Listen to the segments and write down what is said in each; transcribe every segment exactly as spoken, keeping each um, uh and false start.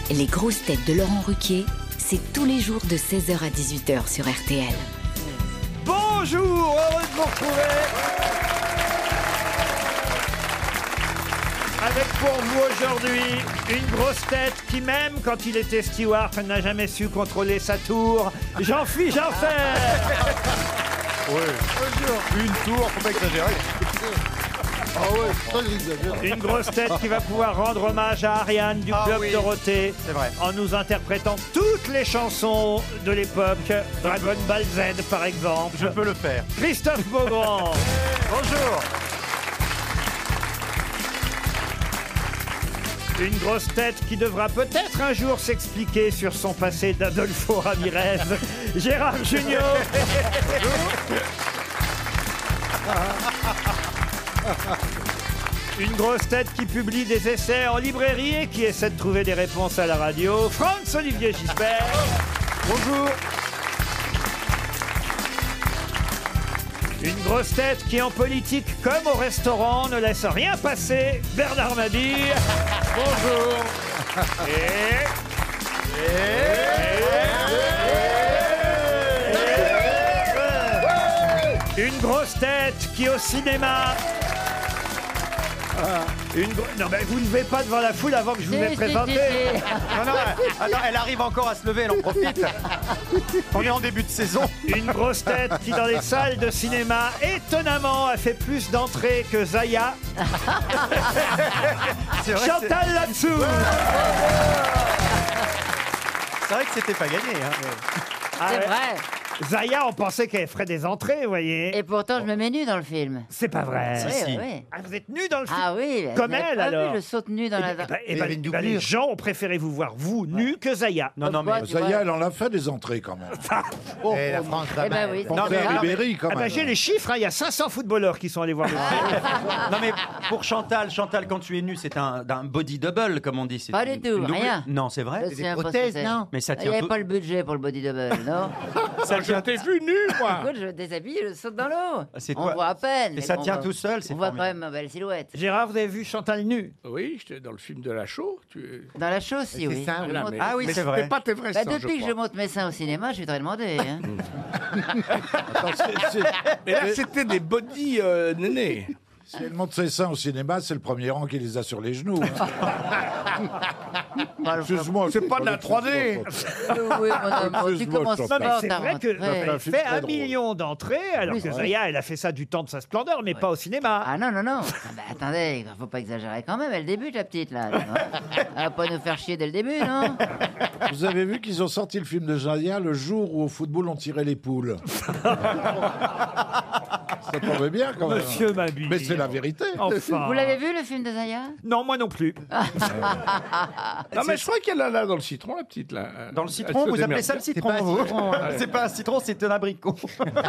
Les grosses têtes de Laurent Ruquier, c'est tous les jours de seize heures à dix-huit heures sur R T L. Bonjour, heureux de vous retrouver. Avec pour vous aujourd'hui une grosse tête qui, même quand il était steward, n'a jamais su contrôler sa tour, Jean-Philippe Janssen. Oui. Bonjour. Une tour, faut pas exagérer. Ah ouais, ça j'exagère. Une grosse tête qui va pouvoir rendre hommage à Ariane du Ah Club oui, Dorothée c'est vrai. en nous interprétant toutes les chansons de l'époque. Dragon Ball Z par exemple. Je peux le faire. Christophe Beaugrand. Bonjour. Une grosse tête qui devra peut-être un jour s'expliquer sur son passé d'Adolfo Ramirez. Gérard Junior. Une grosse tête qui publie des essais en librairie et qui essaie de trouver des réponses à la radio. Franz-Olivier Gisbert. Bonjour. Une grosse tête qui, en politique comme au restaurant, ne laisse rien passer. Bernard Mabille. Bonjour. Et... Et... Une grosse tête qui, au cinéma... Une gro... Non, mais vous ne levez pas devant la foule avant que je vous ai présenté. Non, non, elle, attends, elle arrive encore à se lever, elle en profite. On est en début de saison. Une grosse tête qui, dans les salles de cinéma, étonnamment, a fait plus d'entrées que Zaya. C'est vrai, Chantal là-dessous. c'est vrai que c'était pas gagné. Hein. Ah C'est ouais. vrai. Zaya, on pensait qu'elle ferait des entrées, vous voyez. Et pourtant, je me mets nu dans le film. C'est pas vrai. Oui, si. oui, oui. Ah, vous êtes nus dans le film. Ah oui. Comme vous n'avez elle, pas alors. vu, je saute nu dans Eh la... ben, eh ben, Il y avait une eh ben, les doublure. gens ont préféré vous voir, vous, nus, que Zaya. Non, non, Pourquoi mais. tu Ça y est, vois- elle en a fait des entrées quand même. Et la France, Eh ben oui, Non, c'est mais, ça. non, mais- Ribéry quand Ah ben, même. j'ai les chiffres, hein, il y a cinq cents footballeurs qui sont allés voir le film. non, mais pour Chantal, Chantal, quand tu es nu, c'est un, un body double, comme on dit. C'est Pas une- du tout, une double- rien. Non, c'est vrai. Je sais un peu ce que c'est. Mais ça Il tient n'y avait tout- pas le budget pour le body double, non? Ça tient T'es vu nu, moi. Écoute, je me déshabille, je saute dans l'eau. C'est On toi. voit à peine. Et mais ça bon, tient on voit- tout seul, c'est On voit quand formidable. même ma belle silhouette. Gérard, vous avez vu Chantal nue? Oui, j'étais dans le film de la show. Tu... Dans la chose, si, oui. Je Voilà, monte- mais- Ah oui, mais c'est c'était vrai. pas tes vrais Bah, seins, depuis que crois. je monte mes seins au cinéma, je suis très demandé. Hein. Attends, c'est- c'est- Mais là, c'était des body euh, nénés. Si elle monte ses seins au cinéma, c'est le premier rang qui les a sur les genoux. hein. Pas le- Excuse-moi. C'est pas de la trois D. Oui, mon amour, tu Excuse-moi, commences je Non, mais fort c'est ta vrai que rentrée. elle un film fait très un drôle. million d'entrées, alors Oui, que c'est Zaya, elle a fait ça du temps de sa splendeur, mais pas au cinéma. Ah non, non, non. Ah, bah, attendez, faut pas exagérer quand même. Elle débute, la petite, là. non Elle va pas nous faire chier dès le début, non? Vous avez vu qu'ils ont sorti le film de Zaya le jour où au football on tirait les poules. Ça tombait bien quand même. Monsieur Mabille. Mais c'est la vérité. Enfin. Vous l'avez vu, le film de Zaya? Non, moi non plus. Non, mais je crois qu'elle a là dans le citron, la petite là. Dans le Elle citron, se vous appelez démerde ça le bien. citron, vous C'est pas un citron, c'est un abricot.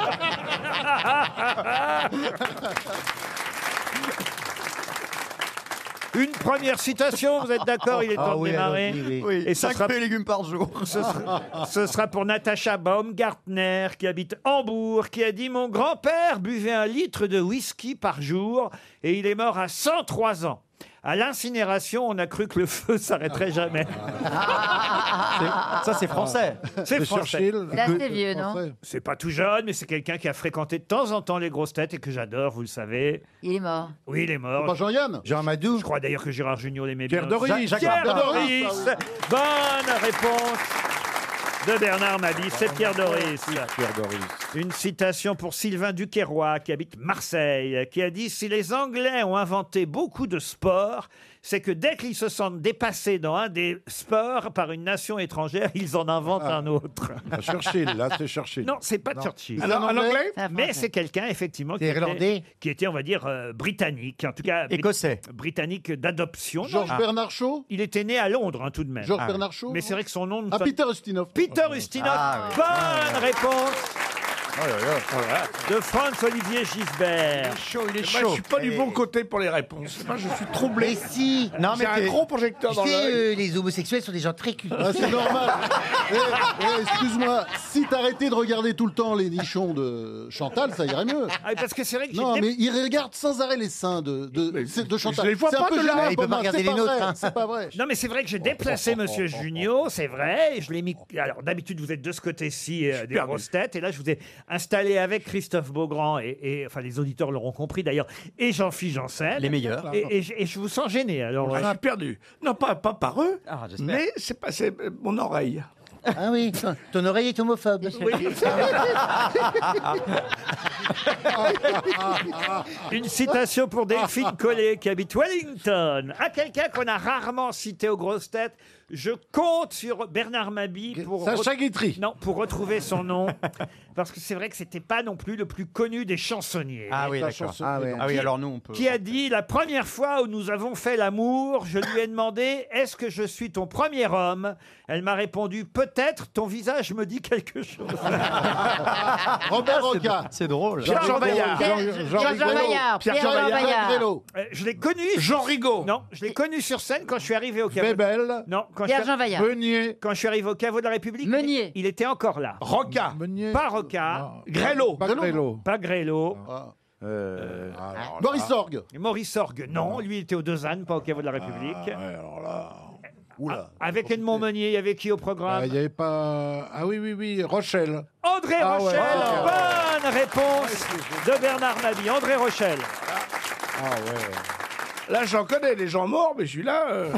Une première citation, vous êtes d'accord? Il est temps de démarrer. Oui, Et ça cinq sera- fruits et légumes par jour. Ce sera, ce sera pour Natacha Baumgartner, qui habite Hambourg, qui a dit « Mon grand-père buvait un litre de whisky par jour et il est mort à cent trois ans. À l'incinération, on a cru que le feu s'arrêterait jamais. Ça, c'est français. » C'est français. Churchill. C'est assez vieux, non? Français. C'est pas tout jeune, mais c'est quelqu'un qui a fréquenté de temps en temps les grosses têtes et que j'adore, vous le savez. Il est mort. Oui, il est mort. Pas Jean-Yann. Jean Madou. Je crois d'ailleurs que Gérard Junior l'aimait bien. Pierre Doris. Jacques- Pierre Jacques Doris. Bonne réponse de Bernard Mabille. C'est Pierre Doris. Pierre Doris. Une citation pour Sylvain Duquesroy, qui habite Marseille, qui a dit « Si les Anglais ont inventé beaucoup de sports, c'est que dès qu'ils se sentent dépassés dans un des sports par une nation étrangère, ils en inventent un autre. Ah, Churchill, là, c'est Churchill. » Non, c'est pas Churchill. Alors, en anglais Ça, Mais français. c'est quelqu'un, effectivement, qui C'est était, irlandais. qui était, on va dire, euh, britannique. En tout cas, bri- Écossais. britannique d'adoption. Georges Non, Bernard Shaw il était né à Londres, hein, tout de même. Georges Ah. Bernard Shaw Mais c'est vrai que son nom... ne Ah, sonne- Peter Ustinov. Peter Ustinov. Ah, oui. Bonne réponse de Franz-Olivier Gisbert. Il est chaud, il est chaud. Moi, je suis pas du bon côté pour les réponses. Moi, je suis troublé. Mais si. Non, mais j'ai un gros projecteur Tu dans sais, l'œil. euh, les homosexuels sont des gens très cultivés. Ah, c'est normal. Eh, eh, excuse-moi, si t'arrêtais de regarder tout le temps les nichons de Chantal, ça irait mieux. Ah, parce que c'est vrai que j'ai Non, dé- mais il regarde sans arrêt les seins de, de, Mais c'est- de Chantal. je les vois C'est un pas peu de là. gênant Il pour peut pas moi, regarder c'est les pas nôtres, vrai, hein. C'est pas vrai. Non, mais c'est vrai que j'ai déplacé Monsieur Junio, c'est vrai. Je l'ai mis. Alors, d'habitude, vous êtes de ce côté-ci euh, des perdu. grosses têtes. Et là, je vous ai installé avec Christophe Beaugrand. Et, et- enfin, les auditeurs l'auront compris d'ailleurs. Et Jean-Philippe Janssen. Les meilleurs. Et, et je- et je vous sens gêné. Alors, Je euh, suis perdu. Non, pas, pas par eux, Ah, j'espère. mais c'est pas c'est euh, mon oreille. Ah oui, ton, ton oreille est homophobe. une citation pour Delphine Collet, qui habite Wellington. À quelqu'un qu'on a rarement cité aux grosses têtes. Je compte sur Bernard Mabie pour. Sacha re- Guitry. Non, pour retrouver son nom. Parce que c'est vrai que c'était pas non plus le plus connu des chansonniers. Ah oui, La d'accord. chanson- Ah ouais. Ah oui, Qui- alors nous, on peut. Qui a dit la première fois où nous avons fait l'amour, je lui ai demandé est-ce que je suis ton premier homme. Elle m'a répondu peut-être ton visage me dit quelque chose. Robert Roca. C'est drôle. Jean Bayard. Jean-Jean Bayard. Pierre Pierre-Jean Jean Bayard. Grélo. Euh, je l'ai connu. Jean Rigaud. Non, je l'ai connu sur scène quand je suis arrivé au caveau. Bébel. Non, quand je, suis... Pierre-Jean Bayard. Meunier. quand je suis arrivé au caveau de la République, Meunier. il était encore là. Roca. Meunier. Pas Roca, Grêlot. Pas Grélo. pas Grélot, Ah. Euh, alors Boris Sorgue. Maurice Orgue, non, lui il était au Deux Ânnes, pas au caveau de la là, République. ah, ouais, alors là. Oula. Avec Edmond Meunier, il y avait qui au Ah, programme Il n'y avait pas. Ah oui, oui, oui. Rochelle. André Ah ouais, Rochelle. ah, Bonne réponse de Bernard Mabie. André Rochelle. Ah ouais. Là, j'en connais des gens morts, mais celui-là. euh,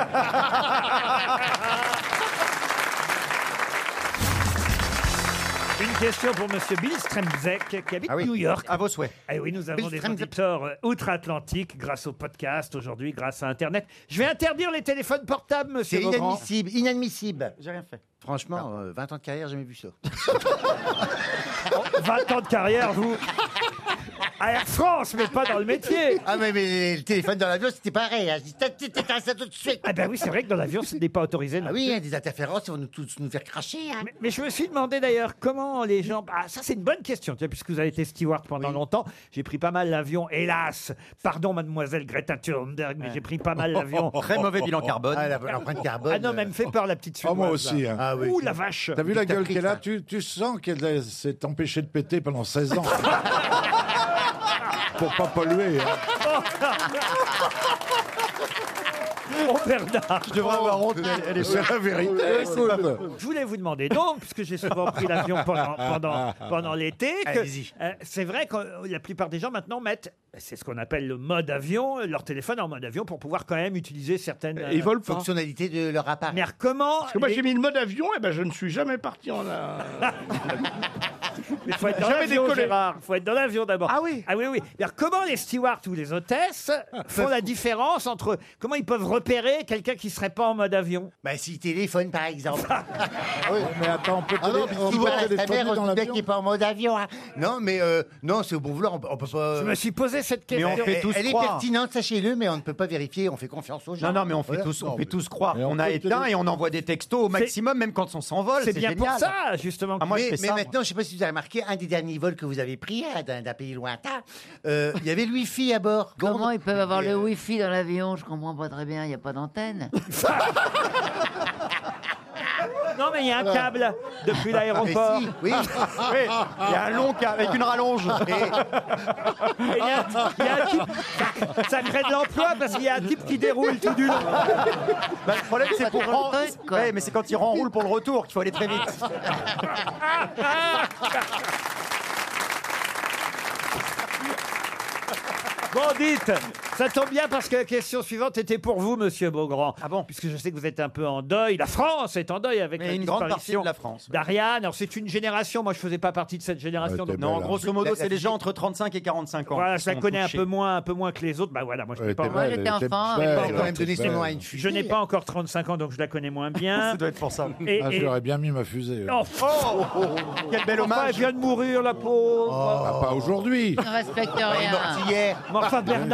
Une question pour Monsieur Bill Stremzek, qui habite Ah oui. New York. À vos souhaits. Eh oui, nous avons Bill des Stremzek. auditeurs euh, outre-Atlantique grâce au podcast aujourd'hui, grâce à Internet. Je vais interdire les téléphones portables, Monsieur C'est Beaugrand. inadmissible, inadmissible. J'ai rien fait. Franchement, euh, vingt ans de carrière, j'ai jamais vu ça. vingt ans de carrière, vous. À Air France, mais pas dans le métier. Ah mais, mais le téléphone dans l'avion, c'était pareil. Hein. Je dis, t'éteins ça tout de suite. Ah ben oui, c'est vrai que dans l'avion, ce n'est pas autorisé. non Ah oui, plus. hein, des interférences, ils vont nous tous nous faire cracher. Hein. Mais, mais je me suis demandé d'ailleurs comment les gens. Ah, ça, c'est une bonne question, tiens, puisque vous avez été steward pendant longtemps. J'ai pris pas mal l'avion, hélas. Pardon, mademoiselle Greta Thunberg, mais j'ai pris pas mal l'avion. Très mauvais bilan carbone. Ah, la- l'empreinte carbone. Ah non, mais elle me fait peur, la petite Ah, suédoise. moi là. aussi. Hein. Ah oui. Ouh, la vache. T'as vu la gueule Dictatrice, qu'elle a hein. tu, tu sens qu'elle a- s'est empêchée de péter pendant seize ans. Pour pas polluer. Hein. Oh, Bernard. Je devrais avoir honte, mais elle est C'est la vérité. écoute. Je voulais vous demander donc, puisque j'ai souvent pris l'avion pendant, pendant, pendant l'été, que Allez-y. euh, c'est vrai que euh, la plupart des gens maintenant mettent, c'est ce qu'on appelle le mode avion, euh, leur téléphone en mode avion pour pouvoir quand même utiliser certaines. euh, Ils volent pas. Fonctionnalité de leur appareil. Mais alors, comment Parce que moi, les- j'ai mis le mode avion, et ben je ne suis jamais parti en. euh, Il faut être dans Jamais l'avion, décollé. Gérard. Il faut être dans l'avion d'abord. Ah oui. Ah oui, oui. Mais alors, comment les stewards ou les hôtesses font la différence entre comment ils peuvent repérer quelqu'un qui serait pas en mode avion? Bah, s'il téléphone, par exemple. Oui, mais attends, on peut, Ah non, télé- mais on si peut voilà, sa téléphoner mère, dans on se dit l'avion. qu'il n'est pas en mode avion. Hein. Non, mais euh, non, c'est au bon vouloir, on, peut- on peut pas. Je me suis posé cette Mais question. on fait tous Elle est croire. pertinente, sachez-le, mais on ne peut pas vérifier, on fait confiance aux gens. Non, non, mais on fait Voilà. tous, on Non, fait mais- tous croire mais on qu'on a peut éteint télé- et on envoie des textos au maximum, même quand on s'envole. C'est bien pour génial. ça, justement. Ah, moi, je mais fais mais ça, maintenant, je ne sais pas si vous avez remarqué, un des derniers vols que vous avez pris, hein, d'un d'un pays lointain, euh, il y avait le Wi-Fi à bord. Comment ils peuvent avoir Et, le euh, Wi-Fi dans l'avion? Je comprends pas très bien, il n'y a pas d'antenne. Non, mais il y a un câble depuis mais l'aéroport. si, oui. Oui, il y a un long cas avec une rallonge. Et il y a, il y a un type, ça, ça crée de l'emploi parce qu'il y a un type qui déroule tout du long. Bah, le problème, c'est pour Pas rendre- trop le truc, quoi. Ouais, mais c'est quand il renroule pour le retour qu'il faut aller très vite. Bon, dites, ça tombe bien parce que la question suivante était pour vous, Monsieur Beaugrand. Ah bon? Puisque je sais que vous êtes un peu en deuil. La France est en deuil avec Mais la une grande partie disparition de la France. d'Ariane. Alors, c'est une génération. Moi, je faisais pas partie de cette génération. Ouais, donc, t'es Non, belle, hein. grosso modo, La- c'est la les gens physique- entre trente-cinq et quarante-cinq ans. voilà, qui je la sont connais un touchés. peu moins, un peu moins que les autres. Bah voilà, moi, je Ouais, n'ai pas, t'es encore- belle, j'étais t'es enfant, belle, mais On pas va quand même donner t'es son nom à belle. une fusée. je n'ai pas encore trente-cinq ans, donc je la connais moins bien. Ça doit être pour ça. Et, Ah, et- j'aurais bien mis ma fusée. Oh, Quel bel enfin, elle hommage. vient de mourir, la pauvre. Ah, pas aujourd'hui. On ne respecte Elle est morte rien. hier. Mais enfin, Quand Bernard. j'étais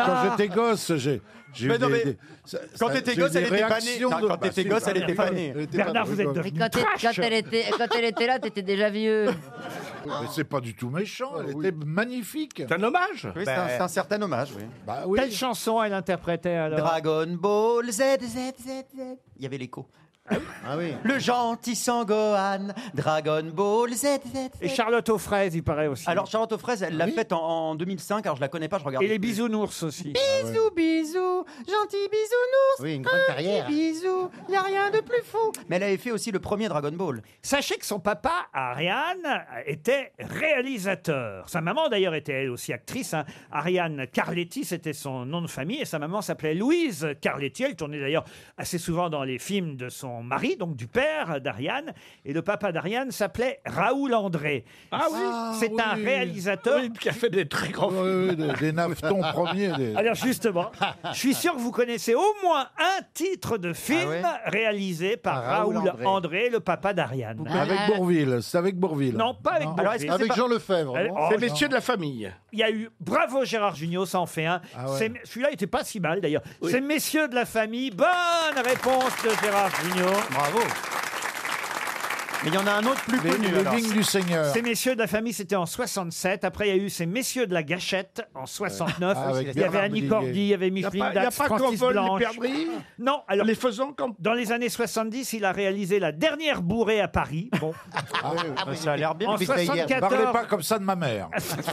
gosse, j'ai j'ai Mais eu non, des, mais des- ça- Quand ça- t'étais j'ai eu gosse, des elle était pas née. réactions Non, de- quand Bah, t'étais si, gosse, elle bah, était pas née. elle était pas Bernard, de vous êtes de rigole. Mais quand, elle- quand elle était, quand elle était là, t'étais déjà vieux. Mais c'est pas du tout méchant, elle était magnifique. C'est un hommage. Oui, c'est un, c'est un certain hommage, oui. Bah oui. Quelle chanson elle interprétait alors? Dragon Ball Z, Z, Z, Z. Il y avait l'écho. Ah oui. Le gentil Sangohan, Dragon Ball Z, Z, Z. Et Charlotte aux fraises, il paraît aussi. Alors, Charlotte aux fraises, elle l'a faite en, en deux mille cinq. Alors, je la connais pas, je regarde. Et les bisounours aussi. Bisous, bisous, gentil bisounours. Oui, une grande carrière. Bisous, y a rien de plus fou. Mais elle avait fait aussi le premier Dragon Ball. Sachez que son papa, Ariane, était réalisateur. Sa maman, d'ailleurs, était elle aussi actrice. hein. Ariane Carletti, c'était son nom de famille. Et sa maman s'appelait Louise Carletti. Elle tournait d'ailleurs assez souvent dans les films de son mari, donc du père d'Ariane. Et le papa d'Ariane s'appelait Raoul André. Ah oui. C'est un oui. réalisateur. Oui, qui a fait des très grands Ouais, films. ouais, des, des navetons premiers. des- Alors justement, je suis sûr que vous connaissez au moins un titre de film Ah ouais réalisé par Par Raoul Raoul André. André, le papa d'Ariane. Avec Bourville, c'est avec Bourville. Non, pas avec Alors, est-ce Bourvil. que Avec pas- Jean Lefebvre. Elle- non oh, C'est non. messieurs de la famille. Il y a eu Bravo Gérard Jugnot, ça en fait un. Ah ouais. C'est- Celui-là était pas si mal d'ailleurs. Oui. C'est Messieurs de la famille. Bonne réponse de Gérard Jugnot. Bravo. Mais il y en a un autre plus Les, connu. les alors. vignes du Seigneur. Ces Messieurs de la famille, c'était en soixante-sept. Après, il y a eu ces Messieurs de la Gâchette en soixante-neuf. Ah, avec il y avait Bernard Annie Blier. Cordy, il y avait Il n'y a Micheline pas, il y a Dax, pas Francis qu'en vol les Blanche. perdrix. Non, alors Les faisans quand. dans les années soixante-dix, il a réalisé La Dernière Bourrée à Paris. Bon, Ah oui. Ça a l'air bien. en mais ça, hier, Parlez soixante-quatorze. pas comme ça de ma mère.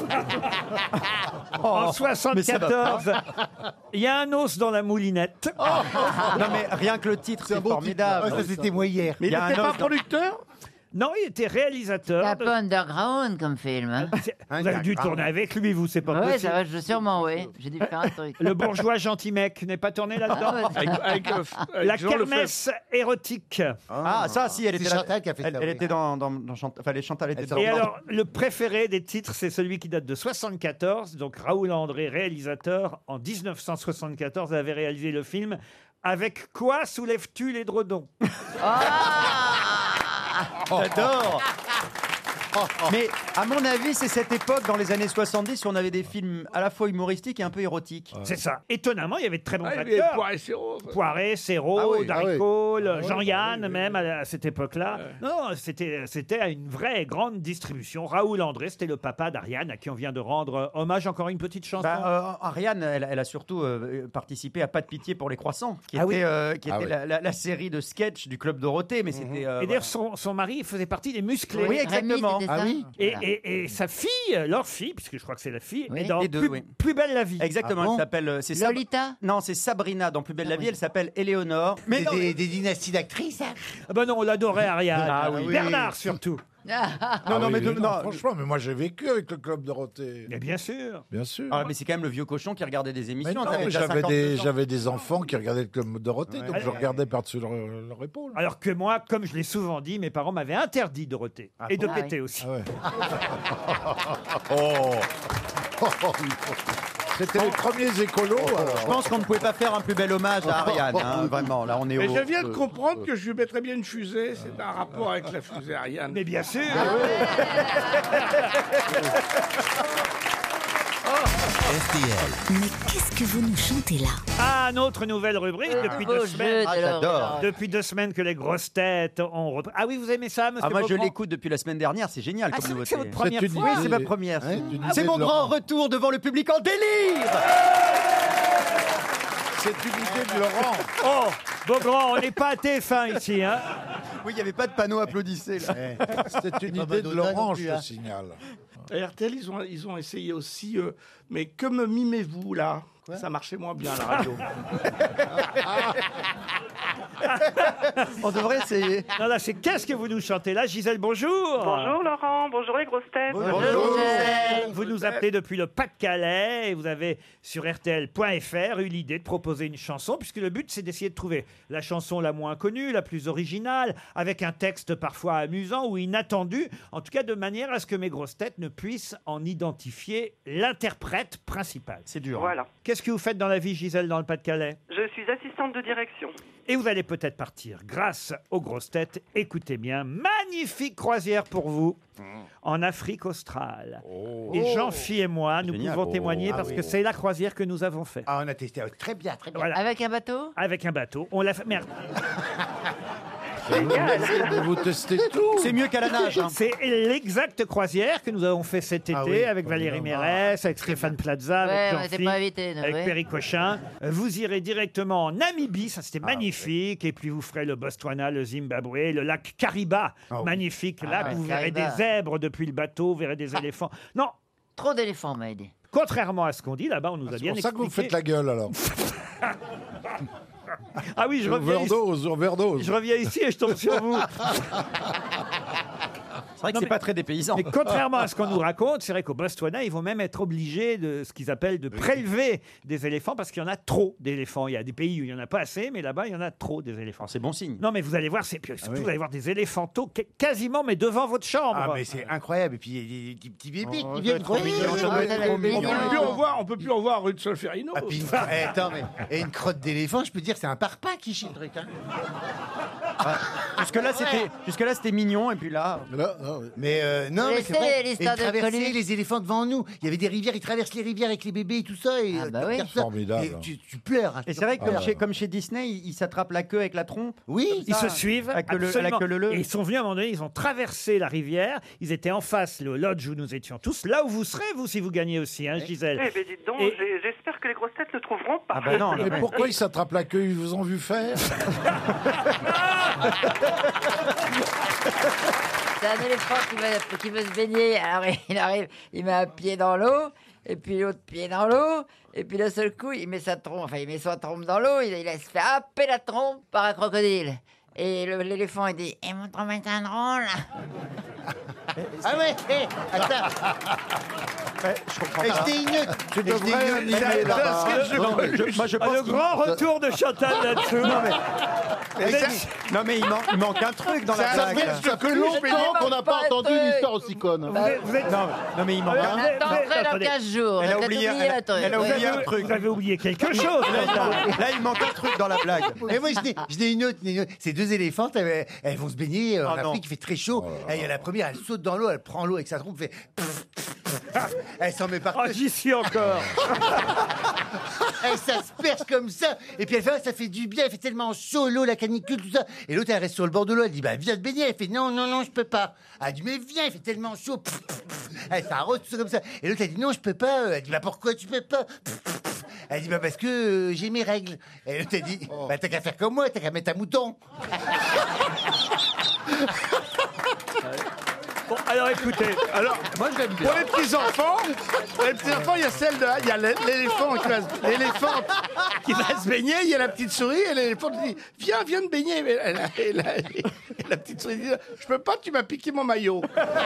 En mais ça va soixante-quatorze, il y a un os dans la moulinette. Non, mais rien que le titre, c'est un beau formidable. titre. Ah, ça, c'était moi hier. Mais Il il y a n'était un pas os dans- producteur. Non, il était réalisateur. C'est un de- peu underground comme film. Hein. C'est- Vous avez dû tourner avec lui, vous, c'est pas Ouais, possible. ça va, je, sûrement, oui. J'ai dû faire un truc. Le bourgeois gentil mec n'est pas tourné là-dedans. Ah, ouais. Avec, avec, euh, avec La Jean Lefebvre. kermesse érotique. Ah, ça, si, elle C'est était là. Chantal qui a fait Elle, ça, elle oui. était dans, dans, dans Chantal. Enfin, les Chantal étaient Elle dans. Et Non. alors, le préféré des titres, c'est celui qui date de soixante-quatorze. Donc, Raoul André, réalisateur, en dix-neuf cent soixante-quatorze, avait réalisé le film Avec quoi soulèves-tu l'édredon? J'adore. Mais à mon avis, c'est cette époque, dans les années soixante-dix, où on avait des films à la fois humoristiques et un peu érotiques. C'est ça. Étonnamment, il y avait de très bons Ah, il y avait acteurs. Poiré Serrault. Poiré, Serrault, Ah oui, Darry ah oui. Cole, Ah oui, Jean-Yann, oui, oui, même à, à cette époque-là. Non, c'était c'était à une vraie grande distribution. Raoul André, c'était le papa d'Ariane, à qui on vient de rendre hommage. Encore une petite chanson. Bah, euh, Ariane, elle, elle a surtout euh, participé à Pas de pitié pour les croissants, qui Ah était, oui. euh, qui Ah était oui. la, la- la série de sketch du Club Dorothée, mais c'était. euh, Et d'ailleurs, son, son mari faisait partie des musclés. Oui, exactement. Rémi, c'était Ah ça oui. Et, Voilà. et- et sa fille, leur fille, puisque je crois que c'est la fille, Oui. est dans Les deux, plus, oui. Plus belle la vie. Exactement, Ah bon elle s'appelle. euh, c'est Sab- Lolita Non, c'est Sabrina dans Plus belle la vie, elle s'appelle Éléonore. Mais Mais non, des, des dynasties d'actrices, hein. Ah ben non, on l'adorait, Ariane. Ah oui. Bernard, surtout. non, non, mais de- non. franchement, mais moi j'ai vécu avec le club Dorothée. Mais bien sûr. Bien sûr. Ah, mais c'est quand même le vieux cochon qui regardait des Mais émissions. non, t'avais mais déjà j'avais des, cinquante-deux ans. j'avais des enfants qui regardaient le club Dorothée, donc Ouais. je regardais par-dessus leur, leur épaule. Alors que moi, comme je l'ai souvent dit, mes parents m'avaient interdit Dorothée. Ah et de bon péter Ah aussi. Ah ouais. oh. C'était les premiers écolos. alors. Je pense qu'on ne pouvait pas faire un plus bel hommage à Ariane, hein, vraiment. Là, on est Mais au. je viens de comprendre que je lui mettrais bien une fusée. C'est un rapport avec la fusée Ariane. Mais bien sûr. R T L. Mais qu'est-ce que vous nous chantez là? Ah, une autre nouvelle rubrique depuis Beau deux jeu semaines. de Ah, Laurent. j'adore. Depuis deux semaines que les grosses têtes ont repris. Ah oui, vous aimez ça, monsieur Ah, moi, je Beaugrand? l'écoute depuis la semaine dernière, c'est génial Ah, comme c'est vrai que nouveauté. c'est votre première C'est une fois. Oui, idée- c'est ma première. Ouais, une C'est idée mon de grand Laurent. retour devant le public en délire. C'est une idée de Laurent. Oh, Beaugrand, on n'est pas à T F un ici, hein. Oui, il n'y avait pas de panneau applaudissez là. C'était une pas idée de Madonna Laurent, non je plus, te hein. signale. À R T L, ils ont, ils ont essayé aussi. euh, mais que me mimez-vous là? Ça marchait moins bien à la radio. On devrait essayer. Non, là, c'est qu'est-ce que vous nous chantez là, Gisèle, bonjour. Bonjour Laurent, bonjour les grosses têtes. Bonjour. Gisèle. Vous nous appelez depuis le Pas-de-Calais et vous avez sur R T L point F R eu l'idée de proposer une chanson, puisque le but c'est d'essayer de trouver la chanson la moins connue, la plus originale, avec un texte parfois amusant ou inattendu, en tout cas de manière à ce que mes grosses têtes ne puissent en identifier l'interprète principal. C'est dur. Voilà, Qu'est-ce que vous faites dans la vie, Gisèle, dans le Pas-de-Calais? je suis assistante de direction. Et vous allez peut-être partir grâce aux grosses têtes. Écoutez bien, magnifique croisière pour vous. en Afrique australe. Et Jean-Phi et moi, nous Génial. pouvons témoigner Ah parce oui. que c'est la croisière que nous avons fait. Ah, on a testé. Ah, très bien, très bien. Voilà. Avec un bateau? Avec un bateau. On l'a fait. Merde. Vous testez tout. C'est mieux qu'à la nage. hein. C'est l'exacte croisière que nous avons fait cet été Ah oui. avec Valérie Mérès, avec Stéphane Plaza, Ouais, avec on n'était Jean-Phi, pas invités, nous, avec ouais. Perry Cochin. Euh, Vous irez directement en Namibie, ça c'était magnifique, et puis vous ferez le Botswana, le Zimbabwe, le lac Kariba, Ah oui. magnifique Ah lac ouais, où vous verrez Kariba. des zèbres depuis le bateau, vous verrez des éléphants. Non, Trop d'éléphants, m'a aidé. contrairement à ce qu'on dit, là-bas on nous a C'est bien pour ça que vous expliqué. faites la gueule alors. Ah oui, je reviens, ici, Overdose, overdose. je reviens ici et je tombe sur vous. C'est vrai que Non, c'est mais- pas très dépaysant. Mais contrairement à ce qu'on nous raconte, c'est vrai qu'au Botswana, ils vont même être obligés de ce qu'ils appellent de prélever des éléphants parce qu'il y en a trop d'éléphants. Il y a des pays où il n'y en a pas assez, mais là-bas, il y en a trop des éléphants. C'est bon signe. Non, mais vous allez voir, c'est puis surtout, oui. vous allez voir des éléphantos qu- quasiment, mais devant votre chambre. Ah, mais c'est incroyable. Et puis, il y a des, des petits bébés Oh, qui ça viennent. va être trop mignon, ça va Ouais, être ouais, trop ouais, mignon. On peut ouais. plus en voir, on peut plus en voir rue de Solferino. Ah, puis une cro- eh, attends, mais et une crotte d'éléphant, je peux te dire, c'est un parpaing qui chie le truc. Hein. Jusque-là, c'était jusque-là, c'était mignon, et puis là. Là, ah oui. Mais euh, non, mais Laissez c'est vrai. les Et histoires ils de traversaient Coluche. les éléphants devant nous. Il y avait des rivières, ils traversent les rivières avec les bébés et tout ça. Et, Ah euh, bah tu oui. regardes ça, Formidable. et tu, tu pleures. hein, Et je c'est vrai que comme, Ah, chez, ouais. comme chez Disney, ils ils s'attrapent la queue avec la trompe. Oui, Ils ça, se suivent avec le- absolument. avec le leu. Et ils sont venus à un moment donné, ils ont traversé la rivière. Ils étaient en face, le lodge où nous étions tous. Là où vous serez, vous, si vous gagnez aussi, hein, Gisèle. Eh bien, dites donc, Et- j'ai- j'espère que les grosses têtes ne trouveront pas. Ah bah non, Mais pourquoi ils s'attrapent la queue? Ils vous ont vu faire? C'est un éléphant qui veut, qui veut se baigner. Alors il arrive, il met un pied dans l'eau, et puis l'autre pied dans l'eau, et puis d'un seul coup, il met sa trompe, enfin il met sa trompe dans l'eau, il, il se fait happer la trompe par un crocodile. Et le- l'éléphant, il dit, et mon trompe est un drôle. Ah ouais, hé, attends. Je comprends Eh, pas. je t'ai une autre. Tu Eh, je t'ai devrais une autre. animer là-bas. Non, mais je- moi, je Ah, pense le qu'il- grand retour de Chantal là-dessous. Non, mais, Eh, ça- non, mais il, man- il manque un truc dans la Ça blague. fait, là. ça fait longtemps qu'on n'a pas pas entendu été- une histoire aussi conne. Vous êtes- vous êtes- Non, non, mais il manque Ah, un mais- truc. T'entrerai dans attendez. quinze jours. Elle a T'as oublié- oublié elle a- la truc. elle a vous, oublié avez, un truc. vous avez oublié quelque chose. Là, il manque un truc dans la blague. Et moi, je n'ai- je n'ai une autre. je n'ai une autre. Ces deux éléphantes, elles, elles vont se baigner euh, en Oh non. Afrique, il fait très chaud. Et il y a la première, elle saute dans l'eau, elle prend l'eau avec sa trompe, fait. Elle s'en met partout. Oh, j'y suis encore. Elle s'asperge comme ça. Et puis elle fait, ah, ça fait du bien, il fait tellement chaud, l'eau, la canicule, tout ça. Et l'autre, elle reste sur le bord de l'eau, elle dit, bah viens te baigner. Elle fait, non, non, non, je peux pas. Elle dit, mais viens, il fait tellement chaud. Elle s'arrose, tout ça comme ça. Et l'autre, elle dit, non, je peux pas. Elle dit, bah pourquoi tu peux pas? Elle dit, bah parce que euh, j'ai mes règles. Et l'autre, elle dit, bah t'as qu'à faire comme moi, t'as qu'à mettre un mouton. Bon, alors écoutez. Alors, moi je l'aime bien. Pour les petits enfants, pour les petits enfants, il y a celle de, il y a l'éléphant qui va, se- l'éléphant qui va se baigner, il y a la petite souris et l'éléphant dit, viens, viens te baigner. Et la, et la- et la petite souris dit, je peux pas, tu m'as piqué mon maillot.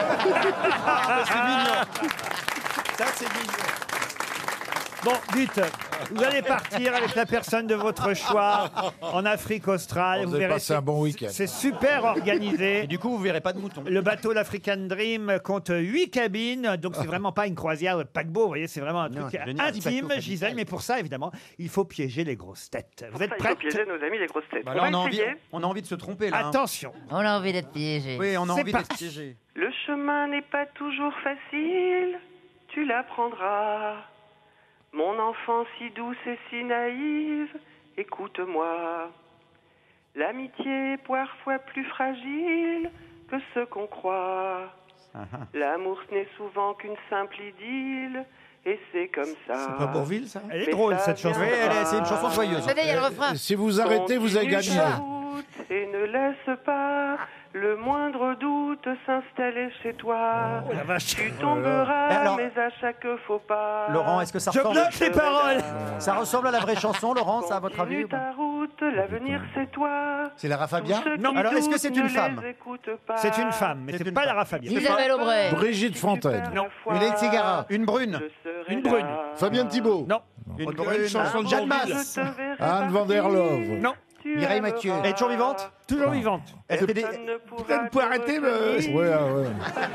C'est mignon. Ça, c'est mignon. Bon, dites, vous allez partir avec la personne de votre choix en Afrique australe. Vous avez passé c'est- un bon week-end. C'est super organisé. Et du coup, vous verrez pas de mouton. Le bateau l'African Dream compte huit cabines, donc c'est vraiment pas une croisière de paquebot, vous voyez, c'est vraiment un Non, truc c'est génial. intime, Bateau Gisèle, mais pour ça, évidemment, il faut piéger les grosses têtes. Vous Pour êtes ça, il faut prêtes? piéger nos amis les grosses têtes. Bah on là, va on a, envie, essayer. on a envie de se tromper, là. hein. Attention. On a envie d'être piégé. Oui, on a C'est envie d'être parti. piégé. Le chemin n'est pas toujours facile, tu l'apprendras. Mon enfant si douce et si naïve, écoute-moi. L'amitié est parfois plus fragile que ce qu'on croit. L'amour ce n'est souvent qu'une simple idylle, et c'est comme ça. C'est pas Bourville, ça? Elle est Mais drôle, ça cette chanson. Oui, elle est- c'est une chanson joyeuse. Tenez, il y a le refrain. Si vous arrêtez, vous avez Continue gagné. ta route et ne laisse pas le moindre doute s'installer chez toi. Oh la vache. Tu tomberas, Et alors- mais à chaque faux pas. Laurent, est-ce que ça Je ressemble, bloque les paroles. ça ressemble à la vraie chanson, Laurent, ça, à votre avis Continue ou pas ta route, l'avenir c'est toi. C'est Lara Fabian? Tous ceux Non. qui Alors, est-ce que doutent c'est une ne femme les écoute pas. C'est une femme, mais C'est c'est une pas femme. Lara Fabian. Isabelle Aubray. Brigitte Fontaine. Non. Hélène Ségara. Une brune. Une brune. Fabien Thibault. Non, Une On dirait une brune. chanson de Jeanne Bourvil. Masse. Anne van der Love. non, Mireille Mathieu. Elle est toujours vivante toujours vivante. Elle fait des... Peut-être pour arrêter, mais- Ouais, ah ouais.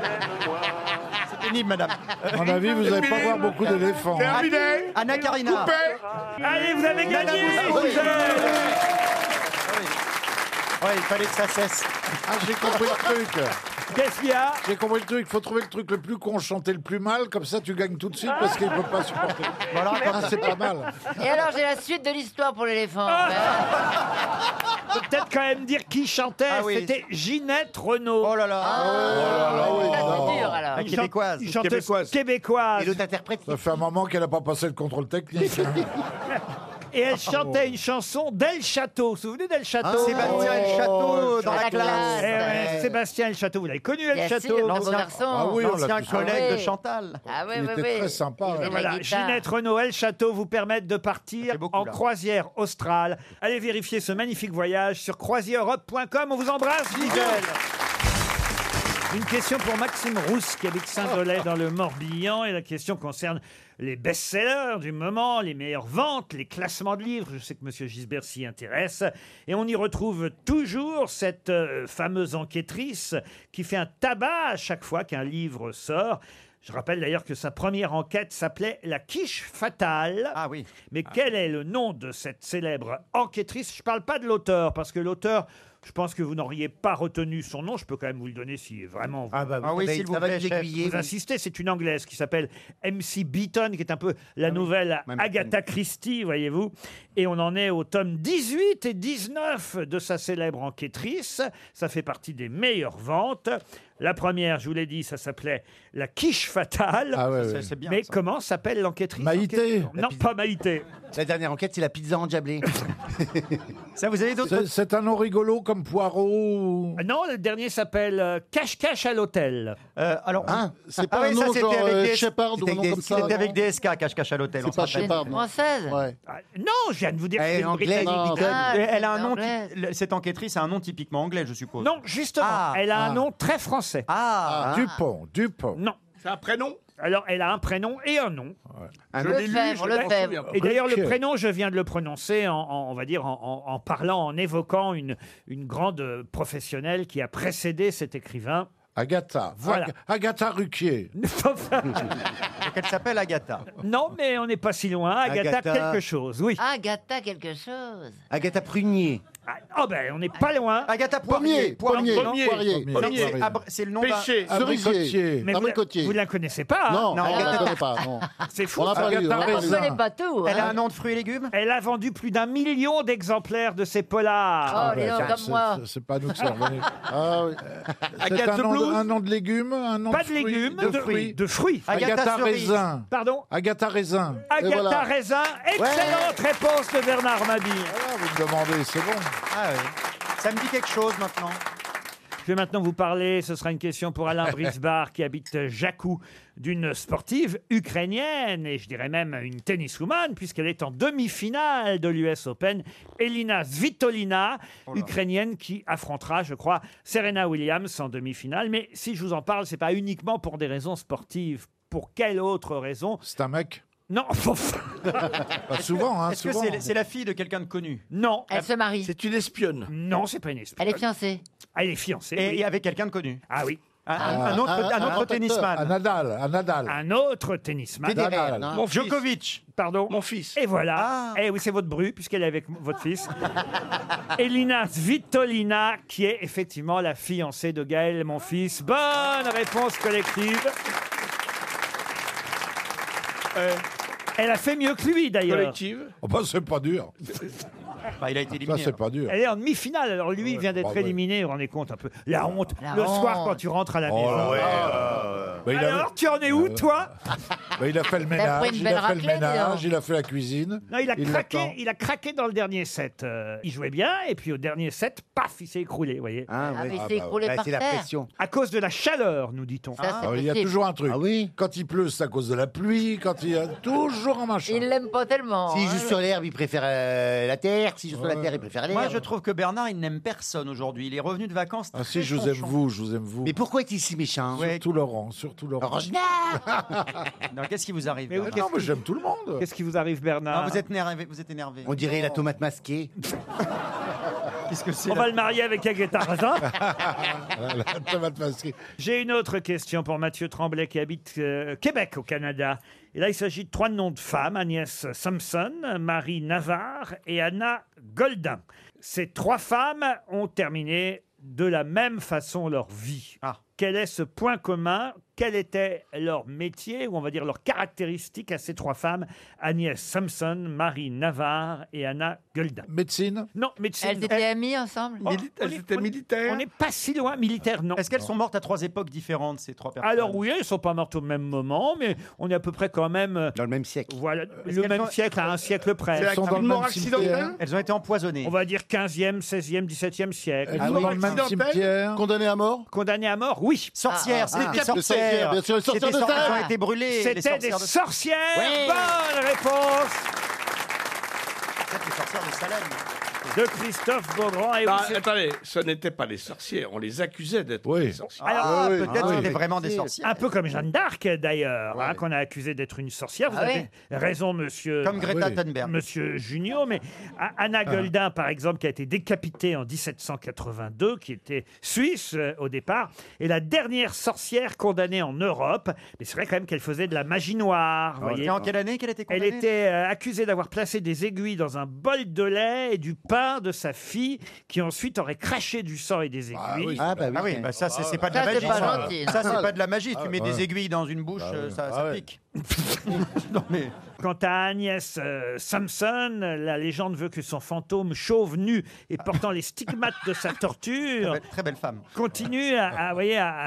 C'est pénible, madame. À mon avis, vous n'allez pas voir beaucoup d'éléphants. hein. Terminé. Anna Karina. Coupé. Allez, vous avez gagné, Boussou. Gisèle. Ouais, il fallait que ça cesse. Ah, j'ai compris le truc. Qu'est-ce qu'il y a? J'ai compris le truc, il faut trouver le truc le plus con, chanter le plus mal, comme ça tu gagnes tout de suite parce qu'il ne peut pas supporter. Voilà, ah, c'est pas mal. Et alors, j'ai la suite de l'histoire pour l'éléphant. Ah. Faut peut-être quand même dire qui chantait. Ah oui. C'était Ginette Renaud. Oh là là. Ah, Oh là là, oui, ça, non. c'est dur, alors. La Une québécoise. Une chanteuse Québécoise. québécoise. Et l'autre interprète. Ça fait un moment qu'elle n'a pas passé le contrôle technique. hein. Et elle chantait une chanson d'El Château. Vous vous souvenez d'El Château? Sébastien El Château dans la la classe. classe. Eh ouais, Sébastien El Château, vous l'avez connu El Bien Château? sûr, le beau L'ancien- garçon. Ah oui, on l'a L'ancien tous collègue Ah de oui. Chantal. Ah oui, Il oui, était oui. très sympa, Il ouais. faisait de la Voilà, guitare. Ginette Renaud, El Château vous permettent de partir fait beaucoup, en là. croisière australe. Allez vérifier ce magnifique voyage sur croisière europe point com. On vous embrasse, Gisèle. Une question pour Maxime Rousse qui habite Saint-Dolay dans le Morbihan. Et la question concerne les best-sellers du moment, les meilleures ventes, les classements de livres. Je sais que M. Gisbert s'y intéresse. Et on y retrouve toujours cette euh, fameuse enquêtrice qui fait un tabac à chaque fois qu'un livre sort. Je rappelle d'ailleurs que sa première enquête s'appelait La quiche fatale. Ah oui. Mais quel est le nom de cette célèbre enquêtrice? Je ne parle pas de l'auteur, parce que l'auteur, je pense que vous n'auriez pas retenu son nom. Je peux quand même vous le donner si vraiment Ah bah Ah oui, ça va- s'il vous ça va plaît, nous chef. aiguiller. vous insistez. C'est une Anglaise qui s'appelle M C Beaton, qui est un peu la nouvelle Même Agatha Christie, voyez-vous. Et on en est au tome dix-huit et dix-neuf de sa célèbre enquêtrice. Ça fait partie des meilleures ventes. La première, je vous l'ai dit, ça s'appelait La quiche fatale. Ah ouais, C'est ouais. c'est bien. Mais ça. comment s'appelle l'enquêtrice? Maïté. Non, pas Maïté. La dernière enquête, c'est la pizza endiablée. Ça, vous avez d'autres. C'est- C'est un nom rigolo comme Poirot. Ah non, le dernier s'appelle euh, Cache-Cache à l'hôtel. Euh, alors, Hein, c'est Ah pas oui, un ça, nom c'était genre avec euh, des- Shepard ou c'était un nom avec comme des- ça. C'était non avec D S K, cache-cache à l'hôtel. on C'est pas se rappelle. Shepard. non. Française. Ouais. Ah, non, je viens de vous dire que Elle c'est est une anglaise. Britannique. Non. Ah, Et elle a un c'est nom. anglaise. ty- Cette enquêtrice a un nom typiquement anglais, je suppose. Non, justement, Ah, elle a un ah. nom très français. Ah, Dupont, Dupont. Non. C'est un prénom? Alors, elle a un prénom et un nom. Un Je autre- l'ai lu, Lefebvre, je m'en Lefebvre. souviens pas. Et d'ailleurs, le Ok. prénom, je viens de le prononcer en, en- on va dire, en, en- en parlant, en évoquant une, une grande euh, professionnelle qui a précédé cet écrivain. Agatha. Voilà. Ag- Agatha Ruquier. donc elle s'appelle Agatha. Non, mais on n'est pas si loin. Agatha, Agatha. quelque chose, oui. Agatha quelque chose. Agatha Prunier. Ah, oh ben, on n'est pas loin. Agatha Pommier, Poirier. Pommier, Poirier. Poirier. Pommier. Non, Poirier. c'est Abr- C'est le nom d'un. Pêché. Abricotier. Mais vous, la- Abricotier. vous la connaissez pas, hein? Non, Non, on Agatha. la connaît pas. Non. C'est fou. On l'a pas lu. Agatha on l'a pas On lu. Raisin. connaît pas tout. Elle a hein. un nom de fruits et légumes. Elle a vendu plus d'un million d'exemplaires de ses polars. Oh, les gens Tiens, comme c'est- moi. c'est- C'est pas nous que ça revenait. Ah oui. C'est Agatha un nom, de, Blues. un nom de légumes, un nom Pas de, de fruits, légumes, de fruits. de fruits. Agatha Agatha Cerise. Raisin. Pardon. Agatha Raisin. Agatha voilà. Raisin. Excellente réponse de Bernard Mabille. Ah, vous me demandez, c'est bon. Ah oui. Ça me dit quelque chose maintenant. Je vais maintenant vous parler, ce sera une question pour Alain Brisbar qui habite Jakou, d'une sportive ukrainienne, et je dirais même une tenniswoman, puisqu'elle est en demi-finale de l'U S Open, Elina Svitolina, ukrainienne qui affrontera, je crois, Serena Williams en demi-finale. Mais si je vous en parle, c'est pas uniquement pour des raisons sportives. Pour quelle autre raison? C'est un mec. Non, Pas souvent, hein, Est-ce que souvent. c'est c'est la fille de quelqu'un de connu? non, Elle se marie. C'est une espionne. non, c'est pas une espionne. Elle est fiancée. Elle est fiancée. Et, oui. et avec quelqu'un de connu? Ah oui. Un, un- un autre, un- un un autre protecteur. tennisman? Un Nadal, un Nadal. Un autre tennisman. Federer. Nadal. Non. Mon fils. Djokovic. Pardon. Mon fils. Et voilà. Ah. Et oui, c'est votre bru, puisqu'elle est avec m- votre fils. Elina Svitolina, qui est effectivement la fiancée de Gaël, mon fils. Bonne réponse collective. Euh, Elle a fait mieux que lui, d'ailleurs. collective. Oh, bah, c'est pas dur. Bah, il a été Ça, éliminé. c'est pas dur. Elle est en demi-finale. Alors lui, il vient d'être bah ouais. éliminé. Vous vous rendez compte un peu. La honte. La Le honte. soir, quand tu rentres à la Oh maison. là là. Bah, il, Alors, a, tu en es où, toi bah, il a fait le pris ménage, une il belle a fait le raclée, dis donc. ménage, il a fait la cuisine. Non, il a, Il craqué, l'attend. il a craqué dans le dernier set. Euh, il jouait bien, et puis au dernier set, paf, il s'est écroulé, vous voyez. Ah, Ah, ouais. mais il Ah, s'est bah, écroulé Bah, par c'est la terre. pression. À cause de la chaleur, nous dit-on. Ça, c'est Ah, il y a possible. toujours un truc. Ah oui. Quand il pleut, c'est à cause de la pluie. Quand il y a toujours un machin. Il l'aime pas tellement. S'il hein. joue sur l'herbe, il préfère euh, la terre. S'il joue sur la Ouais. terre, il préfère l'herbe. Moi, je trouve que Bernard, il n'aime personne aujourd'hui. Il est revenu de vacances. Ah très si, je vous aime tranchant. vous, je vous aime vous. Mais pourquoi est-il si méchant Ouais. Surtout Laurent, surtout Laurent. Orangina. Non, qu'est-ce qui vous arrive Mais oui, Bernard Ah non, mais j'aime tout le monde. Qu'est-ce qui vous arrive, Bernard Non, vous êtes énervé. Vous êtes énervé. On dirait la tomate masquée. Qu'est-ce que c'est On là va le marier avec Agatha Raisin. La tomate masquée. J'ai une autre question pour Mathieu Tremblay qui habite euh, Québec au Canada. Et là, il s'agit de trois noms de femmes, Agnès Thompson, Marie Navarre et Anna Goldin. Ces trois femmes ont terminé de la même façon leur vie. Ah. quel est ce point commun? Quel était leur métier, ou on va dire leurs caractéristiques à ces trois femmes, Agnès Simpson, Marie Navarre et Anna Gulda? Médecine? Non, médecine. Elles étaient amies ensemble. Oh, Mili- Elles étaient militaires. On n'est pas si loin, militaire, non. Est-ce qu'elles sont mortes à trois époques différentes, ces trois personnes? Alors oui, elles ne sont pas mortes au même moment, mais on est à peu près quand même... euh, Dans le même siècle. Voilà, Est-ce le qu'elles même sont- siècle à un siècle près. C'est Elles sont dans une le mort même cimetière. accidentelle. Elles ont été empoisonnées. On va dire quinzième, seizième, dix-septième siècle. Elles Ah sont oui, dans le même accidentelle. cimetière. Condamné à mort? Condamnées à mort, oui. Sorcières, Ah, c'était ah, des ah. sorcières. Bien sûr, les sorcières C'était de sor- Salem. Elles ont été brûlées. les C'était des sorcières de- sorcières. Ouais. Bonne réponse Peut-être les sorcières de Salem. de Christophe Beaugrand. Et Non, oui, c'est- attendez, ce n'étaient pas des sorcières, on les accusait d'être Oui. des sorcières. Alors, Ah, oui, peut-être ah, c'était oui. vraiment des sorcières. un peu comme Jeanne d'Arc d'ailleurs, hein, Ouais. qu'on a accusé d'être une sorcière. Vous Ah avez ouais raison, monsieur. Comme Greta oui. Thunberg. Monsieur Junio, mais A- Anna Goldin, par exemple, qui a été décapitée en dix-sept cent quatre-vingt-deux, qui était suisse euh, au départ, est la dernière sorcière condamnée en Europe. Mais c'est vrai quand même qu'elle faisait de la magie noire. vous voyez. Et en quelle année qu'elle était Elle condamnée? était euh, accusée d'avoir placé des aiguilles dans un bol de lait et du pain de sa fille, qui ensuite aurait craché du sang et des aiguilles. Ah oui. Ah, bah oui. Ah oui, bah ça c'est c'est pas de la Ça, c'est magie. pas Ça, gentil. Ça, c'est pas de la magie. Tu mets ouais. des aiguilles dans une bouche, euh, ça, Ah ça ouais. pique. Non mais Quant à Agnès euh, Simpson, la légende veut que son fantôme chauve nu et portant les stigmates de sa très torture belle, très belle femme. continue à, à, vous voyez, à,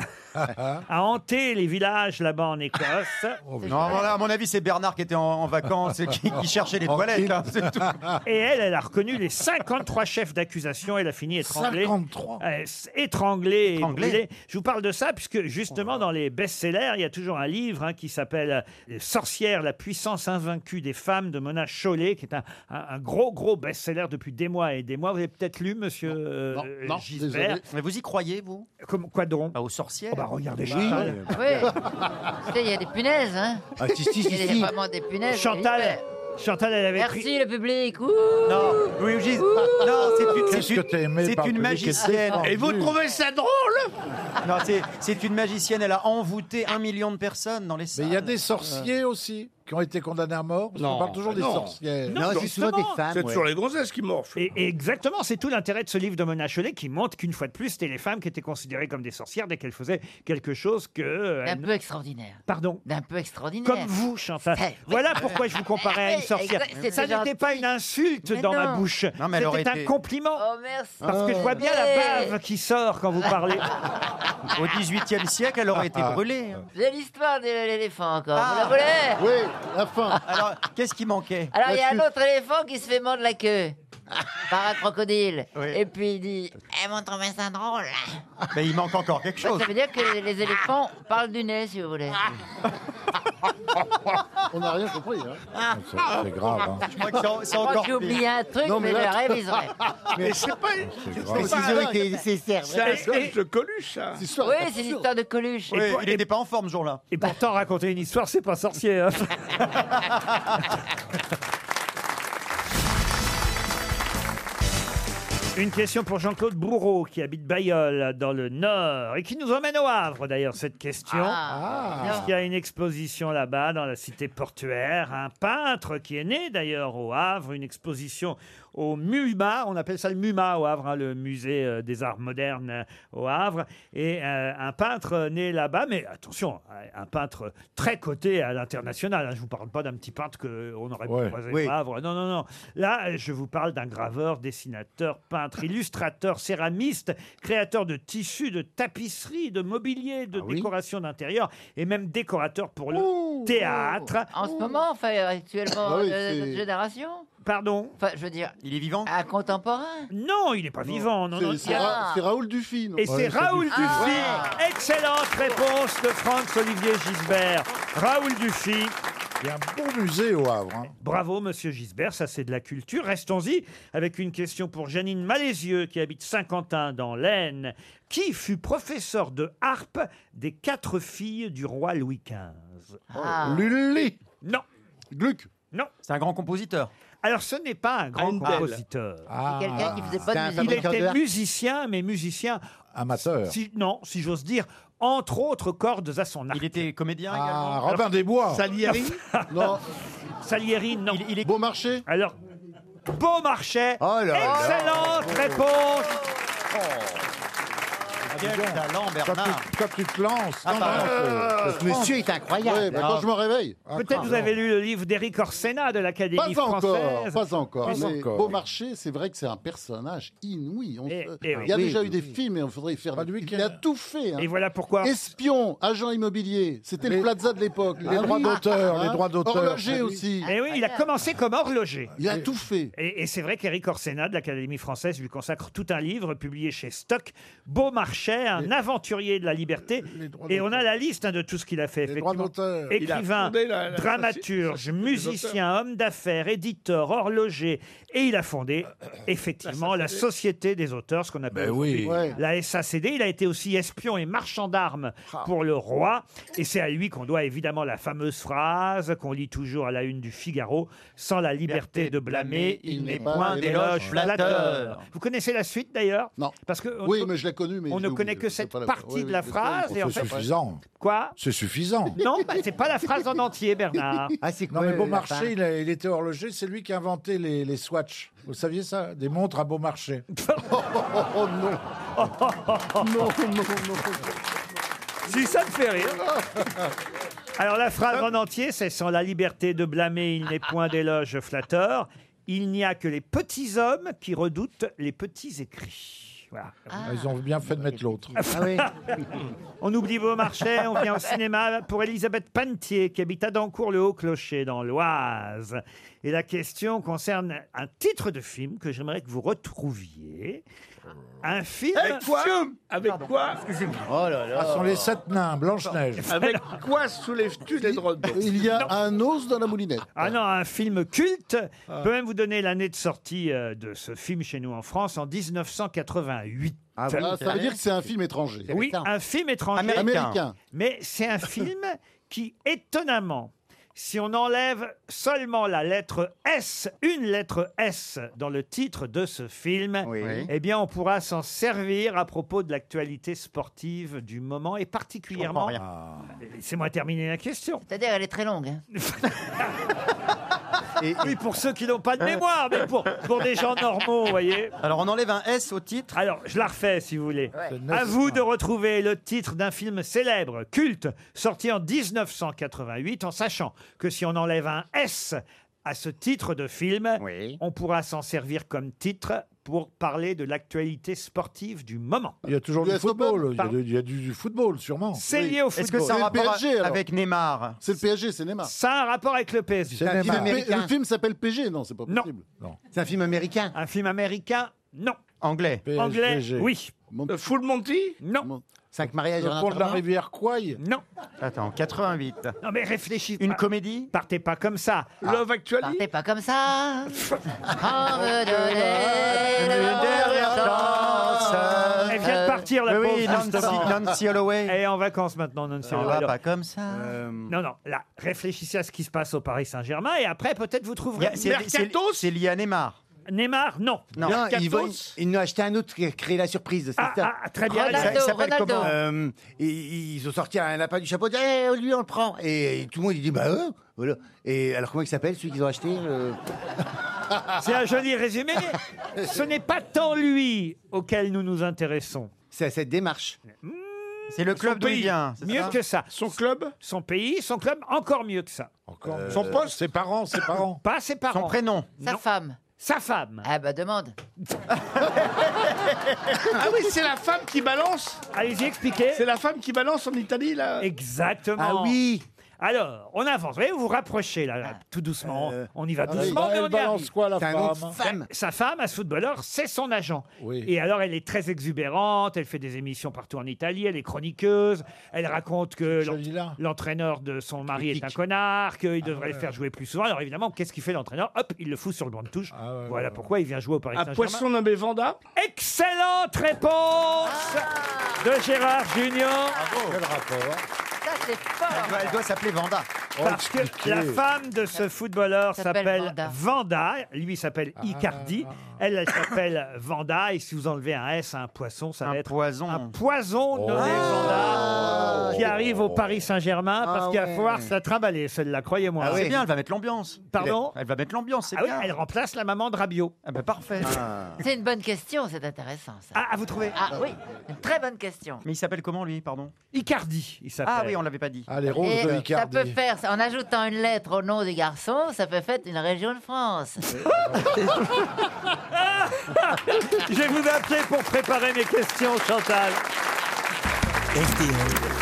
à hanter les villages là-bas en Écosse. Non, voilà, à mon avis, c'est Bernard qui était en, en vacances et qui, qui cherchait les toilettes. hein, c'est tout. Et elle, elle a reconnu les cinquante-trois chefs d'accusation. Elle a fini étranglée. cinquante-trois. Euh, étranglée et Étranglée. brûlée. Je vous parle de ça puisque justement dans les best-sellers, il y a toujours un livre hein, qui s'appelle euh, Sorcière, la puissance invaincue des femmes de Mona Chollet, qui est un, un- un gros gros best-seller depuis des mois et des mois. Vous avez peut-être lu, monsieur euh, Non, euh, non, Gisbert. désolé. Mais vous y croyez, vous? Comme, quoi donc Bah, aux sorcières. Oh, bah, regardez Oui. Chantal. Oui. Tu sais, il y a des punaises, hein. Ah, si, si, Il si, y a si. vraiment des punaises. Chantal, Chantal, elle avait pris... Merci le public. Ouh. Non, oui, Gis- non, c'est une, Qu'est-ce c'est que une- t'as aimé c'est par une le public magicienne. Et vous trouvez ça drôle? Non, c'est c'est une magicienne. Elle a envoûté un million de personnes dans les Mais salles. il y a des sorciers aussi qui ont été condamnés à mort. Parce qu'on Non, parle toujours des non. sorcières. Non, Non, c'est souvent des justement, femmes. C'est ouais. toujours les gonzesses qui morfent. Et, et exactement, c'est tout l'intérêt de ce livre de Mona Chollet qui montre qu'une fois de plus, c'était les femmes qui étaient considérées comme des sorcières dès qu'elles faisaient quelque chose que... euh, D'un elles- peu extraordinaire. Pardon. D'un peu extraordinaire. Comme vous, Chantal. C'est- Voilà pourquoi je vous comparais à une Oui, sorcière. exact, c'était Ça n'était gentil. pas une insulte Mais dans ma non. bouche. Non, mais elle aurait C'était un été- compliment. Oh, merci. Parce que je vois bien la Ouais. bave qui sort quand vous parlez. Au dix-huitième siècle, elle aurait été Ah. brûlée. J'ai l'histoire de l'éléphant encore. Ah. Vous la voulez? Oui, la fin. Alors, qu'est-ce qui manquait? Alors, il y a un La autre éléphant qui se fait mordre la queue par un crocodile. Oui. Et puis il dit Eh, mon trouvez ça drôle. Mais il manque encore quelque Bah, chose. ça veut dire que les, les éléphants parlent du nez, si vous voulez. On n'a rien compris. Hein. C'est c'est grave. hein. Je crois que c'est- c'est Je crois encore que j'ai oublié pire. un truc, Non, mais, mais là- je réviserai. Mais c'est pas, C'est grave. Mais s'ils ont été nécessaires. c'est un sketch de Coluche, ça. C'est histoire Oui, est c'est absurde. l'histoire de Coluche. Oui, il n'était pas en forme ce jour-là. Et pourtant, raconter une histoire, c'est pas sorcier. hein. Une question pour Jean-Claude Bourreau, qui habite Bailleul, dans le Nord, et qui nous emmène au Havre, d'ailleurs, cette question. Ah, Parce qu'il y a une exposition là-bas, dans la cité portuaire. Un peintre qui est né, d'ailleurs, au Havre. Une exposition au MUMA. On appelle ça le MUMA au Havre, hein, le musée euh, des arts modernes euh, au Havre. Et euh, un peintre né là-bas, mais attention, un peintre très coté à l'international. hein. Je ne vous parle pas d'un petit peintre qu'on aurait pu Ouais. croiser Oui. au Havre. Non, non, non. Là, je vous parle d'un graveur, dessinateur, peintre, illustrateur, céramiste, créateur de tissus, de tapisseries, de mobilier, de oui décoration d'intérieur et même décorateur pour le théâtre. En ce moment, enfin, actuellement, Ah oui, de, de c'est- notre génération. Pardon? Enfin, je veux dire, Il est vivant? un contemporain. Non, il n'est pas vivant. Non, non, C'est- C'est il y a- Ra- c'est Raoul Dufy. non Et c'est Ouais, c'est Raoul Dufy. Dufy. Ah. Excellente réponse de Franz-Olivier Gisbert. Raoul Dufy. Il y a un beau musée au Havre. hein. Bravo, monsieur Gisbert, ça c'est de la culture. Restons-y avec une question pour Janine Malézieux, qui habite Saint-Quentin dans l'Aisne. Qui fut professeur de harpe des quatre filles du roi Louis quinze? Ah. Lully. Non, Gluck. non. C'est un grand compositeur. Alors ce n'est pas un grand Handel. compositeur. Ah, C'est quelqu'un qui faisait pas C'est de un musique. Il fabricant de était harpe. musicien, mais musicien, amateur. si, non, si j'ose dire, entre autres cordes à son arc. Il était comédien Ah, également. Robin des Bois. Salieri. Non. Salieri, non. Il, il est... Beaumarchais. Alors, Beaumarchais. Oh là là. Excellente réponse Quel talent, Quand Bernard. tu, quand tu te lances. Ah, non, pardon. non, Ce monsieur est incroyable. Ouais, bah, quand je me réveille. Peut-être vous avez lu le livre d'Éric Orsena de l'Académie Pas encore, française. pas encore. Pas Mais encore. Beaumarchais, c'est vrai que c'est un personnage inouï. On Et- se- et oui. Il y a Oui, déjà oui, eu des oui. films, et on faudrait y faire. Pas lui Il qui a a- tout fait. hein. Et voilà pourquoi. Espion, agent immobilier, c'était le Les- Plaza de l'époque. Les droits d'auteur, les droits d'auteur. Horloger c'est lui. aussi. Et oui, il a commencé comme horloger. Il a tout fait. Et, et c'est vrai qu'Éric Orsena de l'Académie française lui consacre tout un livre publié chez Stock, Beaumarchais, un aventurier de la liberté. Les droits Et on a d'auteur. la liste hein, de tout ce qu'il a fait. Les droits effectivement. d'auteur. Il a Écrivain, fondé la- la dramaturge, société des musicien, homme d'affaires, éditeur, horloger. Et il a fondé effectivement la Société des auteurs, ce qu'on appelle Ben oui. aujourd'hui Ouais. la S A C D. Il a été aussi espion et marchand d'armes Ah. pour le roi. Et c'est à lui qu'on doit évidemment la fameuse phrase qu'on lit toujours à la une du Figaro: sans la liberté de blâmer, il n'est point d'éloge flatteur. Vous connaissez la suite d'ailleurs? Non. Parce que on, Oui, mais je l'ai connu. Mais on je ne l'ai connaît oublié. que C'est cette pas la- partie oui, de oui, la je sais, phrase. il Et faut- en C'est fait, suffisant. quoi? C'est suffisant. Non, bah, c'est pas la phrase en entier, Bernard. Ah, c'est Non, quoi, mais euh, Beaumarchais, la fin il, a- il était horloger, c'est lui qui a inventé les, les Swatch. Vous saviez ça? Des montres à Beaumarchais. Oh non. Non, non, non. Si ça me fait rire. Alors la phrase en entier, c'est: sans la liberté de blâmer, il n'est point d'éloge flatteur. Il n'y a que les petits hommes qui redoutent les petits écrits. Voilà. Ah, Ils ont bien fait de mettre l'autre. Ah oui. On oublie Beaumarchais, on vient au cinéma pour Elisabeth Pantier, qui habite à Dancourt-le-Haut-Clocher, dans l'Oise. Et la question concerne un titre de film que j'aimerais que vous retrouviez. Un film... Avec quoi Avec quoi Oh là là. Ah, ce sont les sept nains, Blanche-Neige. Avec quoi soulèves-tu les droits d'auteur? Il y a un os dans la moulinette. Ah non, un film culte. Je peux même vous donner l'année de sortie euh, de ce film chez nous en France, en dix-neuf cent quatre-vingt-huit. Ah oui, Ah, ça veut dire que c'est un film étranger. Oui, un film étranger. Américain. Mais c'est un film qui, étonnamment, si on enlève seulement la lettre S, une lettre S dans le titre de ce film, Oui. eh bien, on pourra s'en servir à propos de l'actualité sportive du moment et particulièrement. Je comprends Laissez-moi terminer la question. C'est-à-dire, elle est très longue. hein. Et, oui, pour ceux qui n'ont pas de mémoire, mais pour, pour des gens normaux, vous voyez. Alors on enlève un S au titre. Alors, je la refais si vous voulez. Ouais. À vous de retrouver le titre d'un film célèbre, culte, sorti en dix-neuf cent quatre-vingt-huit, en sachant que si on enlève un S à ce titre de film, Oui. on pourra s'en servir comme titre pour parler de l'actualité sportive du moment. Il y a toujours Du du S Open. football. Il y a, Pardon. du, il y a du- du football, sûrement. C'est Oui. lié au Est-ce football. que ça a C'est un le rapport P S G, alors. avec Neymar? C'est le P S G, c'est Neymar. Ça a un rapport avec le P S G. C'est un film Neymar. Le, américain. le film s'appelle P G, non, c'est pas Non. possible. Non. C'est un film américain. Un film américain? Non. Anglais. P S G. Anglais? Oui. Mon- Le Full Monty? Non. mon- Cinq mariages Le en pont de la enterrement. rivière Kouai. Non. Attends, quatre-vingt-huit. Non, mais réfléchis. Une pas. comédie? Partez pas comme ça. Love Actually? Partez pas comme ça. On me Une donnait dernière chance. Elle vient de partir, la Oui, pauvre, oui, Nancy, justement. Nancy Holloway. Elle est en vacances maintenant, Nancy On Holloway. va pas comme ça. Euh, Non, non, là, réfléchissez à ce qui se passe au Paris Saint-Germain et après, peut-être vous Il y trouverez. a- C'est c'est- c'est lié à Neymar. Neymar, non. Non. Non, ils, vont, Mercatos. ils nous ont acheté un autre qui a créé la surprise, c'est Ah, ça. ah, très bien. Ça- Ronaldo, il s'appelle Ronaldo. comment Euh, et- ils ont sorti un lapin du chapeau, eh, lui on le prend. Et, tout le monde il dit bah euh, voilà. Et alors comment il s'appelle celui qu'ils ont acheté euh C'est un joli résumé. Ce n'est pas tant lui auquel nous nous intéressons. C'est à cette démarche. C'est le club d'où il Pays, vient. c'est mieux ça que ça. Son club? Son pays, son club, encore mieux que ça. Encore. Son poste, ses parents, ses parents. Pas ses parents. Son prénom. Sa Non. femme. Sa femme. Ah bah demande. Ah oui, c'est la femme qui balance. Allez-y, expliquez. C'est la femme qui balance en Italie, là. Exactement. Ah oui. Alors, on avance. Vous voyez, vous vous rapprochez, là, là, tout doucement. Euh, On y va Ah oui, doucement, mais elle on y balance arrive. quoi, la C'est un nom de femme femme. Sa femme, à ce footballeur, c'est son agent. Oui. Et alors, elle est très exubérante, elle fait des émissions partout en Italie, elle est chroniqueuse, elle raconte que l'en- Jalila. l'entraîneur de son mari est un connard, qu'il devrait le faire jouer plus souvent. Alors évidemment, qu'est-ce qu'il fait l'entraîneur? Hop, il le fout sur le banc de touche. Ah ouais, Voilà ouais, pourquoi il vient jouer au Paris Un Saint-Germain. poisson nommé Vanda? Excellente réponse de Gérard Junior. Quel rapport Ça c'est fort. Elle doit, elle doit s'appeler Vanda. Parce que la femme de ce footballeur S'appelle s'appelle Vanda. Vanda. Lui s'appelle Icardi. Elle, elle s'appelle Vanda. Et si vous enlevez un S à un poisson, ça va être poison. un poison nommé Vanda qui arrive au Paris Saint-Germain parce Ah qu'il va ouais. falloir se la trimballer, celle-là, croyez-moi. Ah, c'est bien, elle va mettre l'ambiance. Pardon Elle va mettre l'ambiance, c'est Ah oui, bien. elle remplace la maman de Rabiot. Ah ben parfait. C'est une bonne question, c'est intéressant ça. Ah, vous trouvez Ah oui, une très bonne question. Mais il s'appelle comment lui, pardon? Icardi, il s'appelle. Ah oui, on l'avait pas dit. Ah, les Et roses de ça Icardi. peut faire, en ajoutant une lettre au nom du garçon, ça peut faire une région de France. Je vais vous appeler pour préparer mes questions, Chantal. R T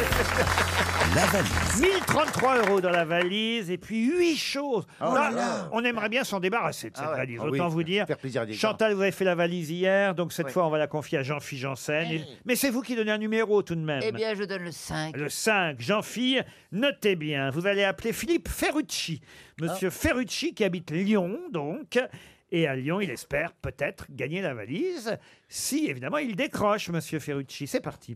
L, la valise. mille trente-trois euros dans la valise et puis huit choses. Oh Là, là là. on aimerait bien s'en débarrasser de cette Ah ouais. valise. Ah oui, Autant vous dire. faire plaisir à des gens. Chantal, vous avez fait la valise hier, donc cette Oui. fois on va la confier à Jean-Philippe Janssen. Et- Mais c'est vous qui donnez un numéro tout de même. Eh bien, je donne le cinq. Le cinq, Jean-Philippe, notez bien, vous allez appeler Philippe Ferrucci. Monsieur Ah. Ferrucci qui habite Lyon, donc. Et à Lyon, il espère peut-être gagner la valise, si évidemment il décroche, Monsieur Ferrucci. C'est parti.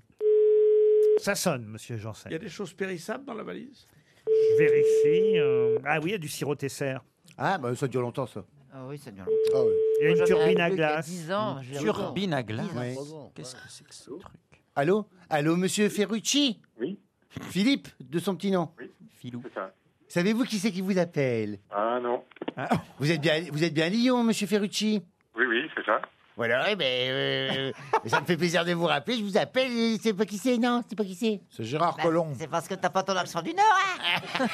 Ça sonne, Monsieur Janssen. Il y a des choses périssables dans la valise? Je vérifie. euh, Ah oui, il y a du sirop Tesser. Ah, bah ça dure longtemps, ça. Ah oui, ça dure Ah oui. Il y a une J'en ai turbine un à truc il y a glace. dix ans, je l'ai Turbine à glace. Ouais. Qu'est-ce que c'est que ce truc? Allô Allô, monsieur Ferrucci? Oui. Philippe, de son petit nom. Filou. C'est ça. Savez-vous qui c'est qui vous appelle? Ah non. Vous êtes bien, vous êtes bien à Lyon, monsieur Ferrucci? Oui, oui, c'est ça. Voilà, eh ben, euh, ça me fait plaisir de vous rappeler. Je vous appelle. et C'est pas qui c'est, non? C'est pas qui c'est? C'est Gérard Bah, Collomb. c'est parce que t'as pas ton accent du Nord, hein.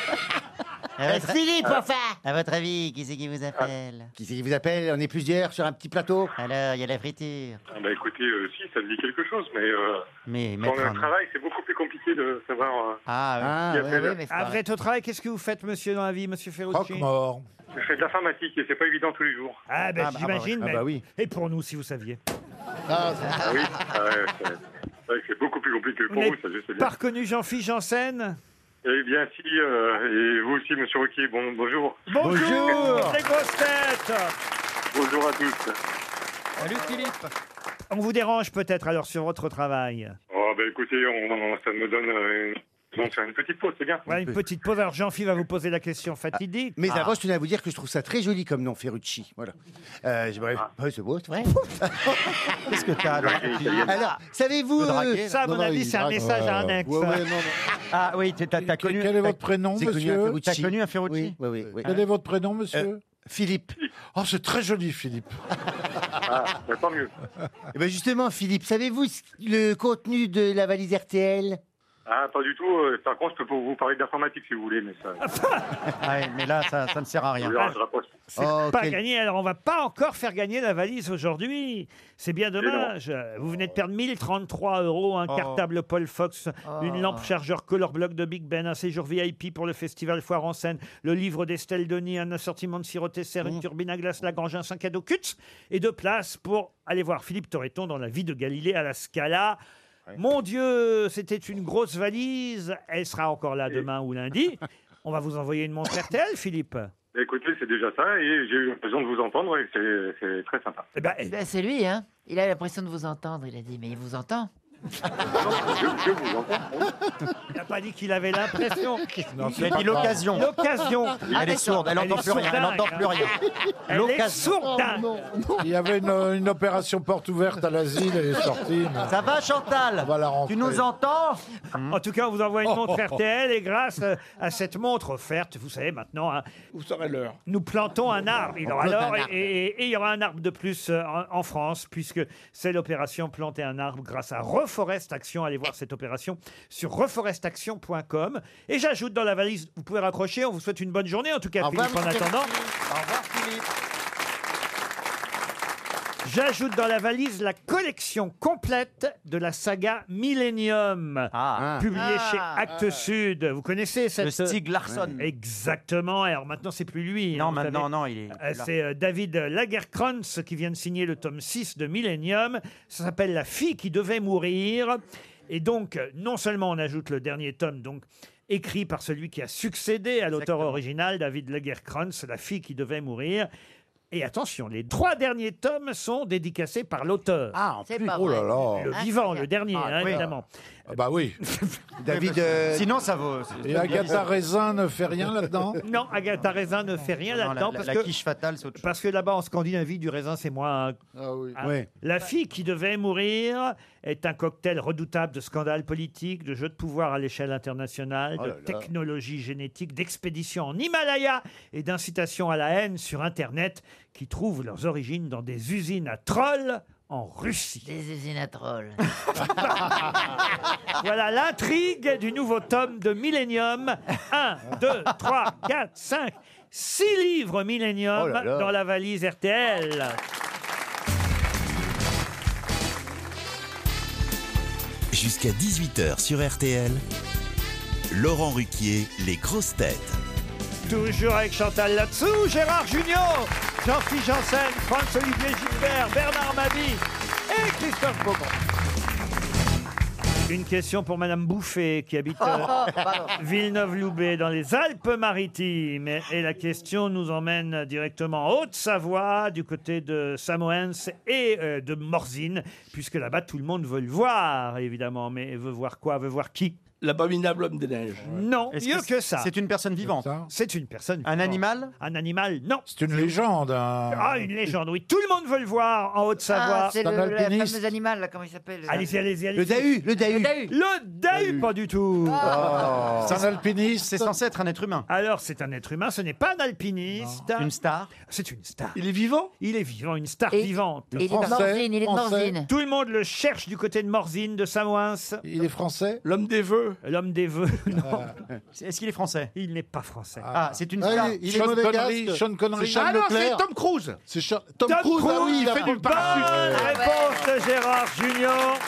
Euh, Philippe, enfin. À votre avis, qui c'est qui vous appelle? Qui c'est qui vous appelle? On est plusieurs sur un petit plateau. Alors, il y a la friture. Ah bah écoutez, euh, si, ça me dit quelque chose, mais euh, Mais quand on mettre a un un... travail, c'est beaucoup plus compliqué de savoir... euh, Ah, Ah, Qui ouais, appelle ouais. Oui, mais c'est Ah, pas vous êtes au travail, qu'est-ce que vous faites, monsieur, dans la vie, monsieur Ferrucci? Croque-mort. je fais de l'informatique et c'est pas évident tous les jours. Ah, ben Ah, bah, j'imagine, ah, mais... bah oui. Et pour nous, si vous saviez. Ah, ça- Ah oui, ah ouais, c'est c'est vrai que c'est beaucoup plus compliqué Vous pour vous, n'êtes ça je sais bien. pas reconnu Jean-Philippe Janssen? Eh bien si, euh, et vous aussi, monsieur Ruquier, bon, bonjour. Bonjour, Bonjour. les grosses têtes. Bonjour à tous. Salut Philippe. On vous dérange peut-être alors sur votre travail. Oh bah écoutez, on, on- ça me donne euh, une, on fait une petite pause, c'est bien. Voilà, une petite pause. Alors Jean-Philippe va vous poser la question fatidique. Mais d'abord, je tenais à vous dire que je trouve ça très joli comme nom, Ferrucci. Voilà. Euh, je- ouais, ouais, c'est beau, c'est vrai. Qu'est-ce que t'as là? Alors, savez-vous. Le draguer, euh, Ça, à mon Non, non, avis, il c'est un drague. message à un Ouais, ex. ouais, ouais, non, non. Ah oui, t'as t'as connu... Quel est votre prénom, c'est connu un monsieur? Ferrucci. T'as connu un Ferrucci? Oui, oui, oui. oui. Quel est votre prénom, monsieur? Euh, Philippe. Oh, c'est très joli, Philippe. Ah, bah, tant mieux. Eh ben justement, Philippe, savez-vous ce- le contenu de la valise R T L? Ah, pas du tout. euh, Par contre, je peux vous parler d'informatique si vous voulez, mais ça... Ah ouais, mais là, ça, ça ne sert à je rien. vous verrai, je rapproche. C'est Oh, pas quel- gagné. Alors, on va pas encore faire gagner la valise aujourd'hui. C'est bien dommage. Vous venez de perdre mille trente-trois euros, un Oh. cartable Paul Fox, Oh. une lampe chargeur Color Block de Big Ben, un séjour V I P pour le festival Foire en Seine, le livre d'Estelle Denis, un assortiment de sirop Tesser, une turbine à glace Lagrange, un cinq cadeaux Kutz et deux places pour aller voir Philippe Torreton dans la vie de Galilée à la Scala. Mon Dieu, c'était une grosse valise. Elle sera encore là demain ou lundi. On va vous envoyer une montre R T L, Philippe. Bah, écoutez, c'est déjà ça, et j'ai eu l'occasion de vous entendre, et c'est c'est très sympa. Eh ben, Ben, c'est lui, hein. Il a l'impression de vous entendre, il a dit, mais il vous entend. Je, je vous entends. il n'a pas dit qu'il avait l'impression. Il a dit l'occasion. L'occasion. Elle est sourde, elle Elle n'entend est plus rien, elle sourdingue. n'entend plus rien. Elle est L'occasion. sourdingue. Il y avait une, une opération porte ouverte à l'asile, elle est sortie. mais Ça va Chantal? On va la rentrer. Tu nous entends? En tout cas, on vous envoie une montre R T L et grâce euh, à cette montre offerte, vous savez maintenant, hein, Vous saurez l'heure. nous plantons un arbre. Il y aura plante un alors, et, arbre. et- et il y aura un arbre de plus euh, en, en France puisque c'est l'opération Planter un arbre grâce à Reforest Action. Allez voir cette opération sur reforest action point com. Et j'ajoute dans la valise, vous pouvez raccrocher. On vous souhaite une bonne journée en tout cas, Au revoir, Philippe, en monsieur attendant. Au revoir Philippe. J'ajoute dans la valise la collection complète de la saga Millennium, Ah, publiée Ah. chez Actes Sud. Vous connaissez cette... le Stieg Larsson. Exactement. Alors maintenant, c'est plus lui. hein, Non, vous maintenant, savez. non, il est... Euh, plus là. C'est euh, David Lagerkrantz qui vient de signer le tome six de Millennium. Ça s'appelle La fille qui devait mourir. Et donc, euh, non seulement on ajoute le dernier tome, donc écrit par celui qui a succédé à l'auteur Exactement. original, David Lagerkrantz, La fille qui devait mourir. Et attention, les trois derniers tomes sont dédicacés par l'auteur. Ah, en C'est plus. pas Oh vrai. là là. Le vivant, le dernier, Ah, hein, oui. évidemment. Ah bah oui. David. euh, Sinon, ça vaut. Et Agatha Raisin ne fait rien là-dedans? Non, Agatha Raisin ne fait rien Non, la, là-dedans la- parce la que quiche fatale, c'est autre chose. parce que là-bas en Scandinavie, du raisin c'est moins. Ah oui. Hein. Ouais. La fille qui devait mourir est un cocktail redoutable de scandales politiques, de jeux de pouvoir à l'échelle internationale, Oh de là là. technologie génétique, d'expéditions en Himalaya et d'incitation à la haine sur Internet qui trouvent leurs origines dans des usines à trolls en Russie. Des usines à trolls. Voilà l'intrigue du nouveau tome de Millennium. un, deux, trois, quatre, cinq, six livres Millennium Oh là là. dans la valise R T L. Jusqu'à dix-huit heures sur R T L, Laurent Ruquier, les grosses têtes. Toujours avec Chantal Latsou, Gérard Junior, Jean-Philippe Janssen, François-Olivier Gilbert, Bernard Mabie et Christophe Beaugrand. Une question pour Madame Bouffet qui habite euh, Pardon. Villeneuve-Loubet dans les Alpes-Maritimes. Et, et la question nous emmène directement en Haute-Savoie, du côté de Samoëns et euh, de Morzine, puisque là-bas tout le monde veut le voir, évidemment. Mais veut voir quoi? Veut voir qui? L'abominable homme des neiges. Non, Est-ce mieux que que ça. C'est une personne vivante. Ça. C'est une personne. Un vivante. animal Un animal, non. C'est une légende. un- Ah, une légende, oui. Tout le monde veut le voir en Haute-Savoie. Ah, c'est un le, le alpiniste. fameux animal, là, comment il s'appelle Allez-y, allez-y, allez-y. Le Dahu, le Dahu. Le Dahu. Le Dahu, pas du tout. Ah. C'est un alpiniste. C'est censé être un être humain. Alors, c'est un être humain, ce n'est pas un alpiniste. Une star. C'est une star. Il est vivant? Il est vivant, une star Et- vivante. Il est de Français, Morzine, il est de Français. Morzine. Tout le monde le cherche du côté de Morzine, de Samoëns. Il est français. L'homme des vœux? L'homme des vœux, non. Est-ce qu'il est français? Il n'est pas français. Ah, c'est une Ah, star. il, il est Sean Connery. monégasque. Sean Connery. C'est Charles Ah non, c'est Leclerc. Tom Cruise. C'est Char- Tom, Tom Cruise. Ah oui, il a fait du Bonne parachute. réponse de Gérard Junior.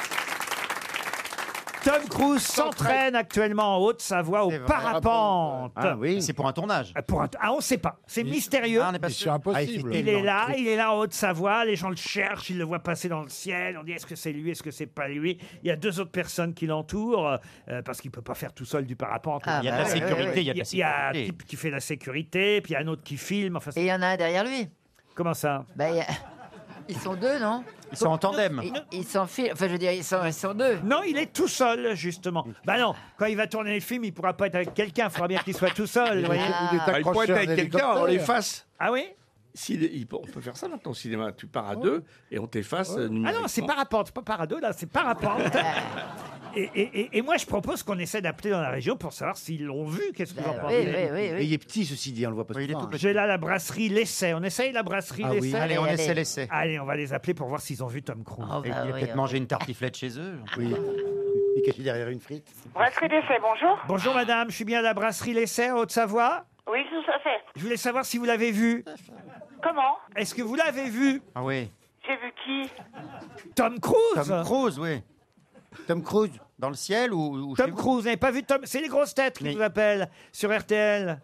Tom Cruise s'entraîne actuellement en Haute-Savoie au C'est vrai. parapente. Ah oui. C'est pour un tournage. Pour un- Ah, on ne sait pas. C'est mystérieux. Ah, on n'est pas C'est sûr. impossible. Il est là, il est là en Haute-Savoie, les gens le cherchent, ils le voient passer dans le ciel, on dit est-ce que c'est lui, est-ce que c'est pas lui. Il y a deux autres personnes qui l'entourent, euh, parce qu'il peut pas faire tout seul du parapente. Ah, Il y a de la bah, ouais, sécurité. ouais, ouais. Il y a Il de y la a, il y a un sécurité. type qui fait la sécurité, puis il y a un autre qui filme. Enfin, c'est- Et il y en a un derrière lui. comment ça? Bah, il y a- Ils sont deux, non? Ils sont en tandem. Ils ils s'enfilent. Enfin, je veux dire, ils sont, ils sont deux. Non, il est tout seul, justement. Bah non, quand il va tourner le film, il pourra pas être avec quelqu'un, il faudra bien qu'il soit tout seul. vous voyez. Il est Ah, il pourrait accroché être à un avec quelqu'un, on hélicoptère. l'efface. Ah oui? S'il est- il peut- on peut faire ça maintenant au cinéma. Tu pars à deux et on t'efface euh, Ah numériquement. non, c'est parapente, c'est pas parado, là, c'est parapente. Et, et- et- et moi, je propose qu'on essaie d'appeler dans la région pour savoir s'ils l'ont vu. Qu'est-ce que vous en Oui, pensez? oui, oui, Et oui. il est petit, ceci dit, on le voit pas Oui, il est souvent. tout petit. J'ai là la brasserie L'Essai. On essaye la brasserie Ah oui. L'Essai? Allez, on Allez, essaie allez. l'essai. Allez, on va les appeler pour voir s'ils ont vu Tom Cruise. Oh, Et bah il a oui, peut-être oh. mangé une tartiflette chez eux. Oui. Il est caché derrière une frite. Brasserie d'essai, bonjour. Bonjour madame, je suis bien à la brasserie L'Essai, en Haute-Savoie. Oui, tout à fait. Je voulais savoir si vous l'avez vu. Comment? Est-ce que vous l'avez vu? Ah oui. J'ai vu qui? Tom Cruise Tom Cruise, oui. Tom Cruise. Dans le ciel ou, ou chez Tom vous Cruise, vous n'avez pas vu Tom? C'est les grosses têtes qui Mais- vous appellent sur R T L.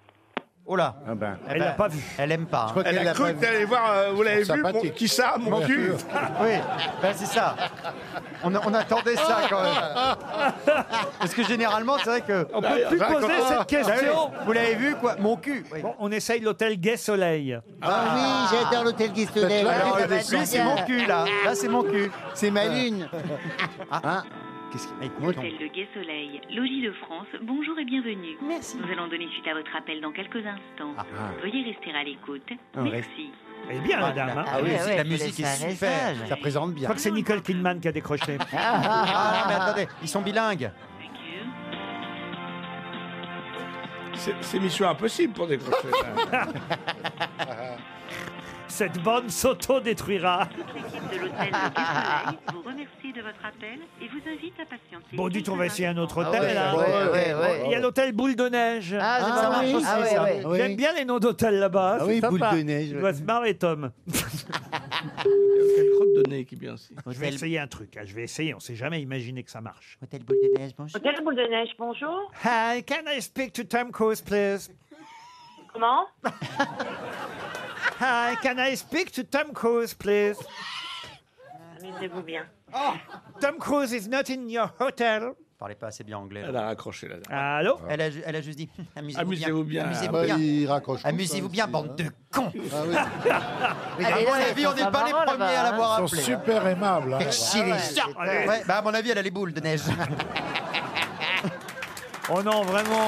Oh là. Ah ben. Eh Elle ben, l'a pas vu. Elle aime pas. Je crois hein. Elle qu'elle a l'a cru pas que vu. t'allais voir, euh, vous l'avez vu, mon- Sympathique. qui ça, mon Bien cul? sûr. Oui, ben c'est ça. On, on attendait ça quand même. Parce que généralement, c'est vrai que. On peut plus poser cette question. Vous l'avez vu quoi? Mon cul. Oui. Bon, on essaye l'hôtel Gai Soleil. Ah oui, j'adore l'hôtel Guistolet. Alors, ça va lui, être c'est bien. mon cul là. Là, c'est mon cul. C'est ma lune. Ah. Qu'est-ce qu'il Écoute, on- Hôtel de Gai Soleil, Logis de France, bonjour et bienvenue. Merci. Nous allons donner suite à votre appel dans quelques instants. Veuillez rester à l'écoute. On Merci. Elle est bien, la dame. hein. Ah oui, ouais, c'est- ouais, la faut musique laisser est un super. message. Ça présente Je bien. crois que c'est Nicole Kidman qui a décroché. Ah, mais attendez, ils sont bilingues. Thank you. C'est c'est mission impossible pour décrocher. Cette bande s'auto-détruira. L'équipe de l'hôtel de Gai Soleil vous remercie de votre appel et vous invite à patienter. Bon, dites, on va essayer un autre Ah hôtel. ouais, hein. ouais, ouais, ouais. Il y a l'hôtel Boule de Neige. Ah, ça, ça Ah marche oui, aussi, ah ouais, ça. ouais. J'aime bien les noms d'hôtels là-bas. Ah c'est oui, sympa. Boule de Neige. Il doit se marrer, Tom. Il y a une crotte de nez qui est bien aussi. Je vais essayer un truc. hein. Je vais essayer. On ne s'est jamais imaginé que ça marche. Hôtel Boule de Neige, bonjour. Hôtel Boule de Neige, bonjour. Hi, can I speak to Tom Cruise, please? Comment? Hi, can I speak to Tom Cruise, please? Amusez-vous bien. Tom Cruise is not in your hotel. parlait pas assez bien anglais. Elle a raccroché là. Allô elle, a, elle a juste dit amusez-vous, Amusez-vous bien. Amusez-vous Bah, bien. il raccroche. Amusez-vous bien, bande de cons. Ah oui. À mon avis, on n'est pas les premiers à l'avoir Ils sont appelé. super aimables. hein. Faire chier les gens. Ouais, bah à mon avis, elle a les boules de neige. Oh non, vraiment.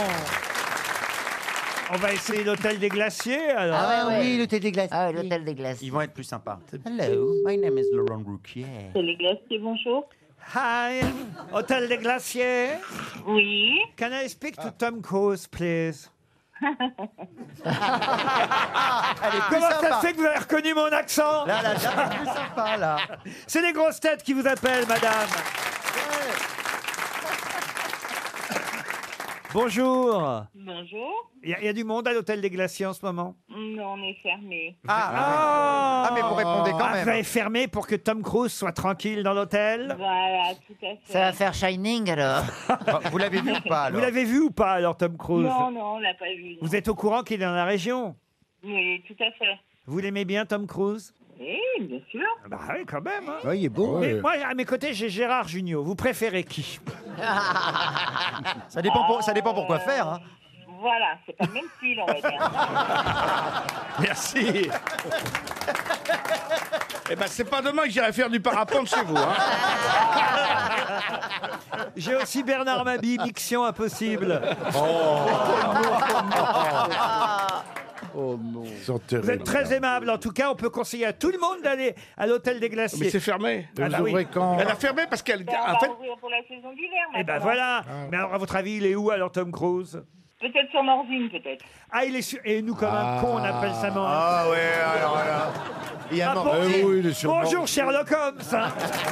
On va essayer l'hôtel des glaciers, alors. Ah ouais, oui, l'hôtel des glaces. Ah ouais, l'hôtel des glaces. Ils vont être plus sympas. Hello, my name is Laurent Ruquier. C'est les glaciers, bonjour. Hi, hôtel des glaciers. Oui. Can I speak to Tom Cruise, please? Elle est plus Comment ça sympa. se fait que vous avez reconnu mon accent? Là, là, là, plus sympa, là. C'est les grosses têtes qui vous appellent, madame. Bonjour. Bonjour. Il y, a- il y a du monde à l'hôtel des glaciers en ce moment? Non, on est fermé. Ah, Ah, ah, mais vous répondez quand Ah, même. vous avez fermé pour que Tom Cruise soit tranquille dans l'hôtel? Voilà, tout à fait. Ça va faire Shining alors. Vous l'avez vu ou pas, alors? Vous l'avez vu ou pas, alors, Tom Cruise? Non, non, on l'a pas vu. non. Vous êtes au courant qu'il est dans la région? Oui, tout à fait. Vous l'aimez bien, Tom Cruise? Oui, bien sûr. Bah oui, quand même. hein. Ouais, il est beau. Mais ouais. moi, à mes côtés, j'ai Gérard Jugnot. Vous préférez qui? Ça dépend, pour, ça dépend pour quoi faire. Hein. Voilà, c'est pas le même style, on va dire. Merci. Eh ben, c'est pas demain que j'irai faire du parapente chez vous. Hein. J'ai aussi Bernard Mabie, Mixion impossible. Oh non. Ils sont Vous terribles. êtes très aimable. En tout cas, on peut conseiller à tout le monde d'aller à l'hôtel des Mais glaciers. c'est fermé. Ah bah Vous oui. ouvrez quand? Elle a fermé parce qu'elle. Ben, on En va fait, ouvrir pour la saison d'hiver Eh maintenant. ben voilà. Mais alors, à votre avis, il est où alors, Tom Cruise? Peut-être sur Morzine, peut-être. Ah, il est sur... Et nous, comme un con, on appelle ça Morzine. Ah ouais, alors là. Il y a Ah, mort. bon, Eh oui, il est sur Bonjour, Morzine. Sherlock Holmes. hein.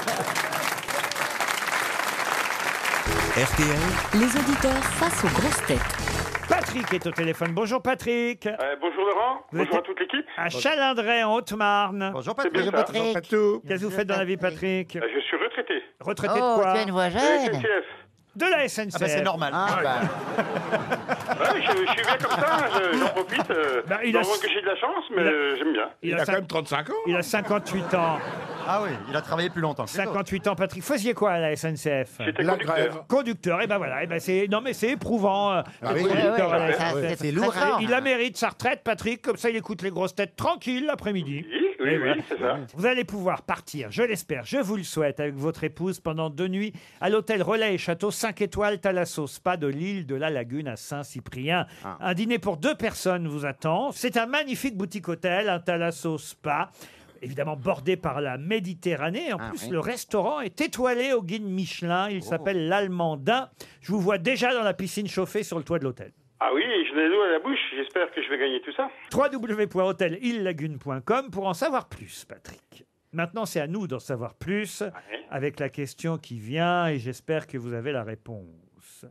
R T L, Les auditeurs face aux grosses têtes. Patrick est au téléphone. Bonjour, Patrick. Euh, bonjour Laurent, Vous bonjour êtes- à toute l'équipe. À Chalindrey, en Haute-Marne. Bonjour, C'est bien Patrick. ça. Patrick. Patou. Qu'est-ce que vous faites dans la vie, Patrick? Euh, Je suis retraité. Retraité de Oh, quoi? tu as une voix De la jeune. S N C F. De la S N C F. Ah bah c'est normal. Ah bah. Ouais, je, je suis bien comme ça, je- j'en profite. Euh, Bah, il je a- dois avouer que j'ai de la chance, mais il a- euh, j'aime bien. Il, Il a, a quand cinq- même trente-cinq ans. Il a cinquante-huit ans. Ah oui, il a travaillé plus longtemps que les autres. cinquante-huit ans, Patrick. Faisiez quoi à la S N C F? J'étais La conducteur. grève. Conducteur. Et ben voilà. Et ben c'est non mais c'est éprouvant. euh, Ah oui. être conducteur Ouais, à la ouais, S N C F. ça, c'est C'est très lourd, fort. Il la mérite sa retraite, Patrick. Comme ça, il écoute les grosses têtes tranquilles l'après-midi. Oui, oui, Et oui, voilà. c'est ça. Vous allez pouvoir partir, je l'espère, je vous le souhaite, avec votre épouse pendant deux nuits à l'hôtel Relais et Château cinq étoiles Thalasso Spa de l'île de la Lagune à Saint-Cyprien. Un dîner pour deux personnes vous attend. C'est un magnifique boutique-hôtel, un Thalasso Spa. Évidemment bordé par la Méditerranée. En Ah, plus, oui. le restaurant est étoilé au guide Michelin. Il s'appelle l'Allemandin. Je vous vois déjà dans la piscine chauffée sur le toit de l'hôtel. Ah oui, je n'ai l'eau à la bouche, j'espère que je vais gagner tout ça. w w w point hôtel île lagune point com pour en savoir plus, Patrick. Maintenant, c'est à nous d'en savoir plus avec la question qui vient et j'espère que vous avez la réponse.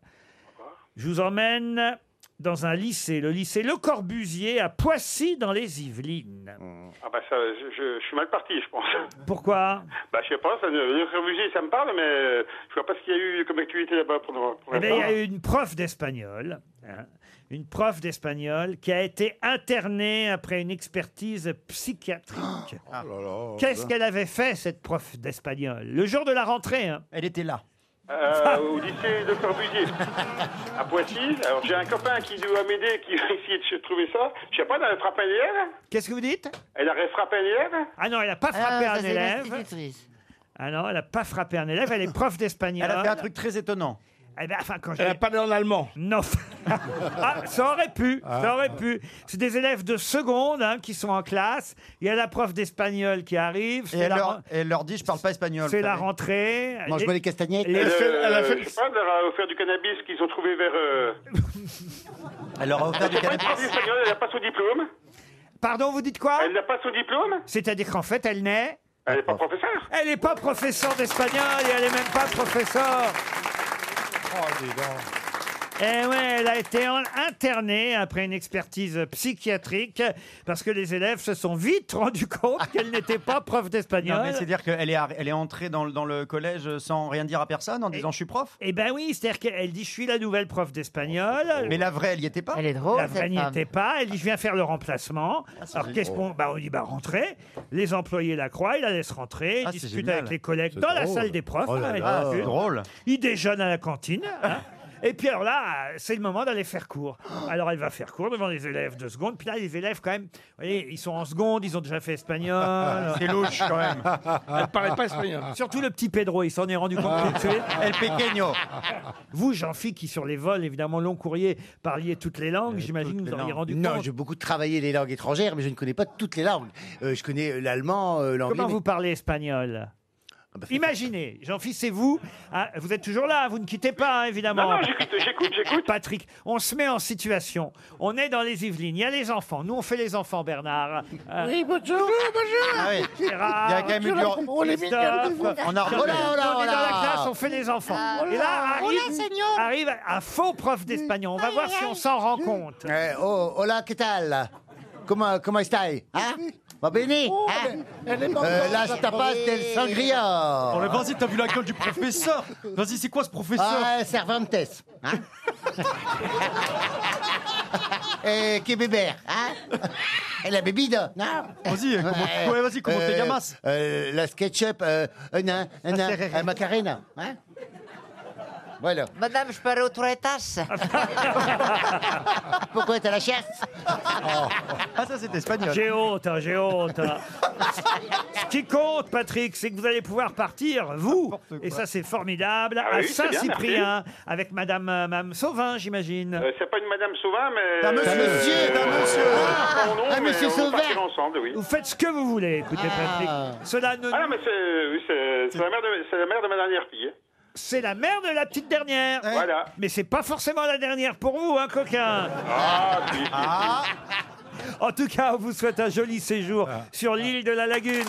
Je vous emmène dans un lycée, le lycée Le Corbusier à Poissy dans les Yvelines. Ah bah ça, je, je- je suis mal parti, je pense. Pourquoi? Bah je sais pas, ça, le Corbusier, ça me parle, mais euh, je vois pas ce qu'il y a eu comme activité là-bas pour, pour Eh bien, il y l'instant. a eu une prof d'espagnol, hein, une prof d'espagnol qui a été internée après une expertise psychiatrique. Oh là là. Qu'est-ce qu'elle avait fait, cette prof d'espagnol? Le jour de la rentrée, hein. Elle était là. Euh, au lycée de Corbusier, à Poissy. Alors j'ai un copain qui doit m'aider, qui va essayer de trouver ça. Je sais pas, elle a frappé un élève. Qu'est-ce que vous dites? Elle aurait frappé un élève. Ah non, elle n'a pas frappé Ah, ça, un c'est élève. l'institutrice. Ah non, elle n'a pas frappé un élève, elle est prof d'espagnol. Elle a fait un truc très étonnant. Eh ben, enfin, quand je Elle a l'ai- parlé en allemand. Non. Ah, ça aurait pu, ça aurait pu. C'est des élèves de seconde hein, qui sont en classe. Il y a la prof d'espagnol qui arrive. Et C'est elle la, leur, ren- et elle leur dit, je parle pas espagnol. c'est vous la savez. rentrée. Mange-moi les castagnettes. les- Elle a fait- elle a fait- Euh, je sais pas, elle leur a offert du cannabis qu'ils ont trouvé vers. Euh... Elle leur a offert du C'est pas une cannabis. prof d'espagnol, elle n'a pas son diplôme. Pardon, vous dites quoi? Elle n'a pas son diplôme. C'est-à-dire qu'en fait, elle n'est... Elle n'est pas professeure. Elle n'est pas professeure d'espagnol et elle n'est même pas professeure. Oh, dis donc. Eh ouais, elle a été en- internée après une expertise psychiatrique parce que les élèves se sont vite rendus compte qu'elle n'était pas prof d'espagnol. Non, mais c'est-à-dire qu'elle est, ar- elle est entrée dans, le- dans le collège sans rien dire à personne en disant je suis prof. Eh ben oui, c'est-à-dire qu'elle dit je suis la nouvelle prof d'espagnol. Mais la vraie, elle y était pas. Elle est drôle, La cette vraie n'y femme. était pas. Elle dit je viens faire le remplacement. Alors qu'est-ce qu'on bah, on dit bah rentrez. Les employés la croient, ils la laissent rentrer, ils Ah, c'est discutent génial. avec les collègues C'est dans la drôle. salle des profs. Oh là hein, ils là, discutent. c'est drôle. Ils déjeunent à la cantine. hein. Et puis alors là, c'est le moment d'aller faire cours. Alors elle va faire cours devant les élèves de seconde. Puis là, les élèves quand même, vous voyez, ils sont en seconde, ils ont déjà fait espagnol. C'est louche quand même. Elle parlait pas espagnol. Surtout le petit Pedro, il s'en est rendu compte tout de suite. El pequeño. Vous, Jean-Philippe, qui sur les vols, évidemment, long courrier, parliez toutes les langues, j'imagine que vous les auriez langues. rendu Non, compte. j'ai beaucoup travaillé les langues étrangères, mais je ne connais pas toutes les langues. Euh, je connais l'allemand, euh, l'anglais. Comment mais- vous parlez espagnol bah, Imaginez, Jean-Philippe, c'est vous. Ah, vous êtes toujours là, vous ne quittez pas, hein, évidemment. Non, non, j'écoute, j'écoute, j'écoute. Patrick, on se met en situation. On est dans les Yvelines, il y a les enfants. Nous, on fait les enfants, Bernard. Euh, Oui, bonjour. Ah oui. Gérard, Il y a quand même eu du- Oh, les Christophe, On a Jean-Philippe, Oh là, oh là, on est oh dans la là. classe, on fait les enfants. Oh Et là là, arrive, hola, señor. arrive un faux prof d'espagnol. On va voir si on s'en rend compte. Eh, oh, hola, ¿qué tal? Comment, comment estás? Hein? Va bene? Hein? Euh, las tapas del sangria. Oh, mais vas-y, t'as vu la gueule du professeur. Vas-y, c'est quoi ce professeur? Ah, Cervantes. Hein? Eh, que beber? Hein? Et la bebida? Non? Vas-y, comment- ouais, vas-y, comment te llamas? euh, La SketchUp, euh, un, un, un, un, un Macarena. Hein? Voilà. Madame, je peux aller aux toilettes? Pourquoi t'as la chasse? Ah, ça, c'est espagnol. J'ai honte, hein, j'ai honte. hein. Ce qui compte, Patrick, c'est que vous allez pouvoir partir, vous, et ça c'est formidable, Ah à oui, c'est bien, Saint-Cyprien, avec Madame, euh, Madame Sauvin, j'imagine. Euh, c'est pas une Madame Sauvin, mais... Un monsieur, Euh, c'est un monsieur. euh, son nom, Ah, mais monsieur on va Sauvin. partir ensemble, oui. Vous faites ce que vous voulez, écoutez, Patrick. Cela ne... Ah non, mais c'est oui, c'est- c'est la mère de c'est la mère de ma dernière fille. C'est la mère de la petite dernière. Voilà. Mais c'est pas forcément la dernière pour vous, hein, coquin. Ah, si, si. Ah, En tout cas, on vous souhaite un joli séjour sur l'île de la Lagune.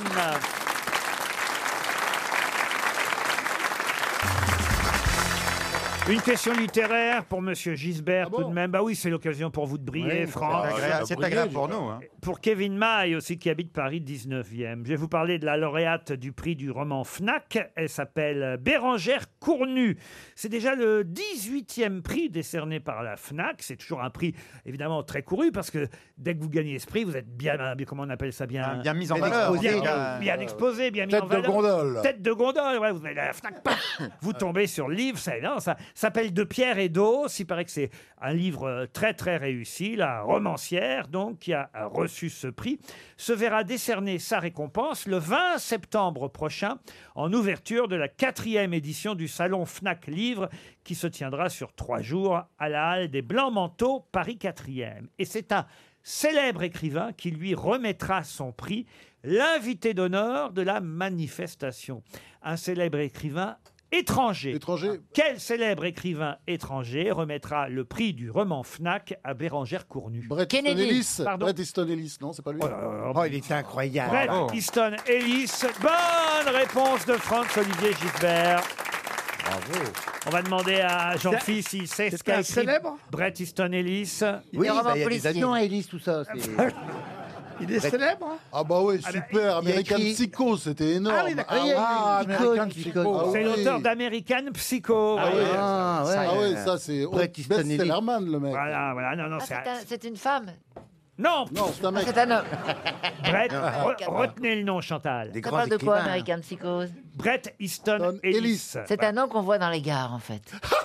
Une question littéraire pour Monsieur Gisbert, tout de même. Bah oui, c'est l'occasion pour vous de briller, Franck. c'est agréable, c'est agréable pour nous. Hein. Pour Kevin Maille aussi, qui habite Paris dix-neuvième. Je vais vous parler de la lauréate du prix du roman Fnac. Elle s'appelle Bérangère Cournu. C'est déjà le dix-huitième prix décerné par la Fnac. C'est toujours un prix, évidemment, très couru, parce que dès que vous gagnez ce prix, vous êtes bien, bien- comment on appelle ça, bien... Bien mis en Bien valeur. exposé. Bien, bien exposé, bien mis Tête en de valeur. gondole. Tête de gondole, ouais, vous allez à la Fnac, paf, vous tombez sur le livre, ça, non, ça s'appelle De pierre et d'eau. Il paraît que c'est un livre euh, très très réussi. La romancière, donc, qui a a reçu ce prix, se verra décerner sa récompense le vingt septembre prochain, en ouverture de la quatrième édition du Salon Fnac Livre, qui se tiendra sur trois jours à la Halle des Blancs-Manteaux, Paris quatrième. Et c'est un célèbre écrivain qui lui remettra son prix, l'invité d'honneur de la manifestation. Un célèbre écrivain étranger. Étranger. Quel célèbre écrivain étranger remettra le prix du roman Fnac à Bérangère Cournu? Bret Easton Kennedy. Ellis. Pardon. Bret Easton Ellis, non, c'est pas lui. Oh là là, Oh, il est incroyable. Bret Bravo. Easton Ellis. Bonne réponse de Franck-Olivier Gisbert. Bravo. On va demander à Jean-Philippe s'il sait ce C'est qu'a un écrit célèbre Bret Easton Ellis. Oui, Des romans bah, il y a des policiers. avions à hélice, tout ça. c'est- Il est célèbre hein Ah bah oui, Ah bah, super. il a American écrit- Psycho, c'était énorme. Ah oui, d'accord. Ah, il y a Ah, une American icône, Psycho. icône. Ah C'est oui. l'auteur d'American Psycho. Ah vous oui. voyez. Ah, ouais. Ah oui, ça c'est Bret Easton Ellis. best-sellerman, le mec. Voilà, voilà. Non, non, Ah, c'est c'est un- c'est une femme. Non, Non, c'est un mec. C'est un homme. Bret, re- retenez le nom, Chantal. Des Ça grands parle de quoi, écrivains. American Psychose? Bret Easton Easton Ellis. Ellis. C'est un nom qu'on voit dans les gares, en fait.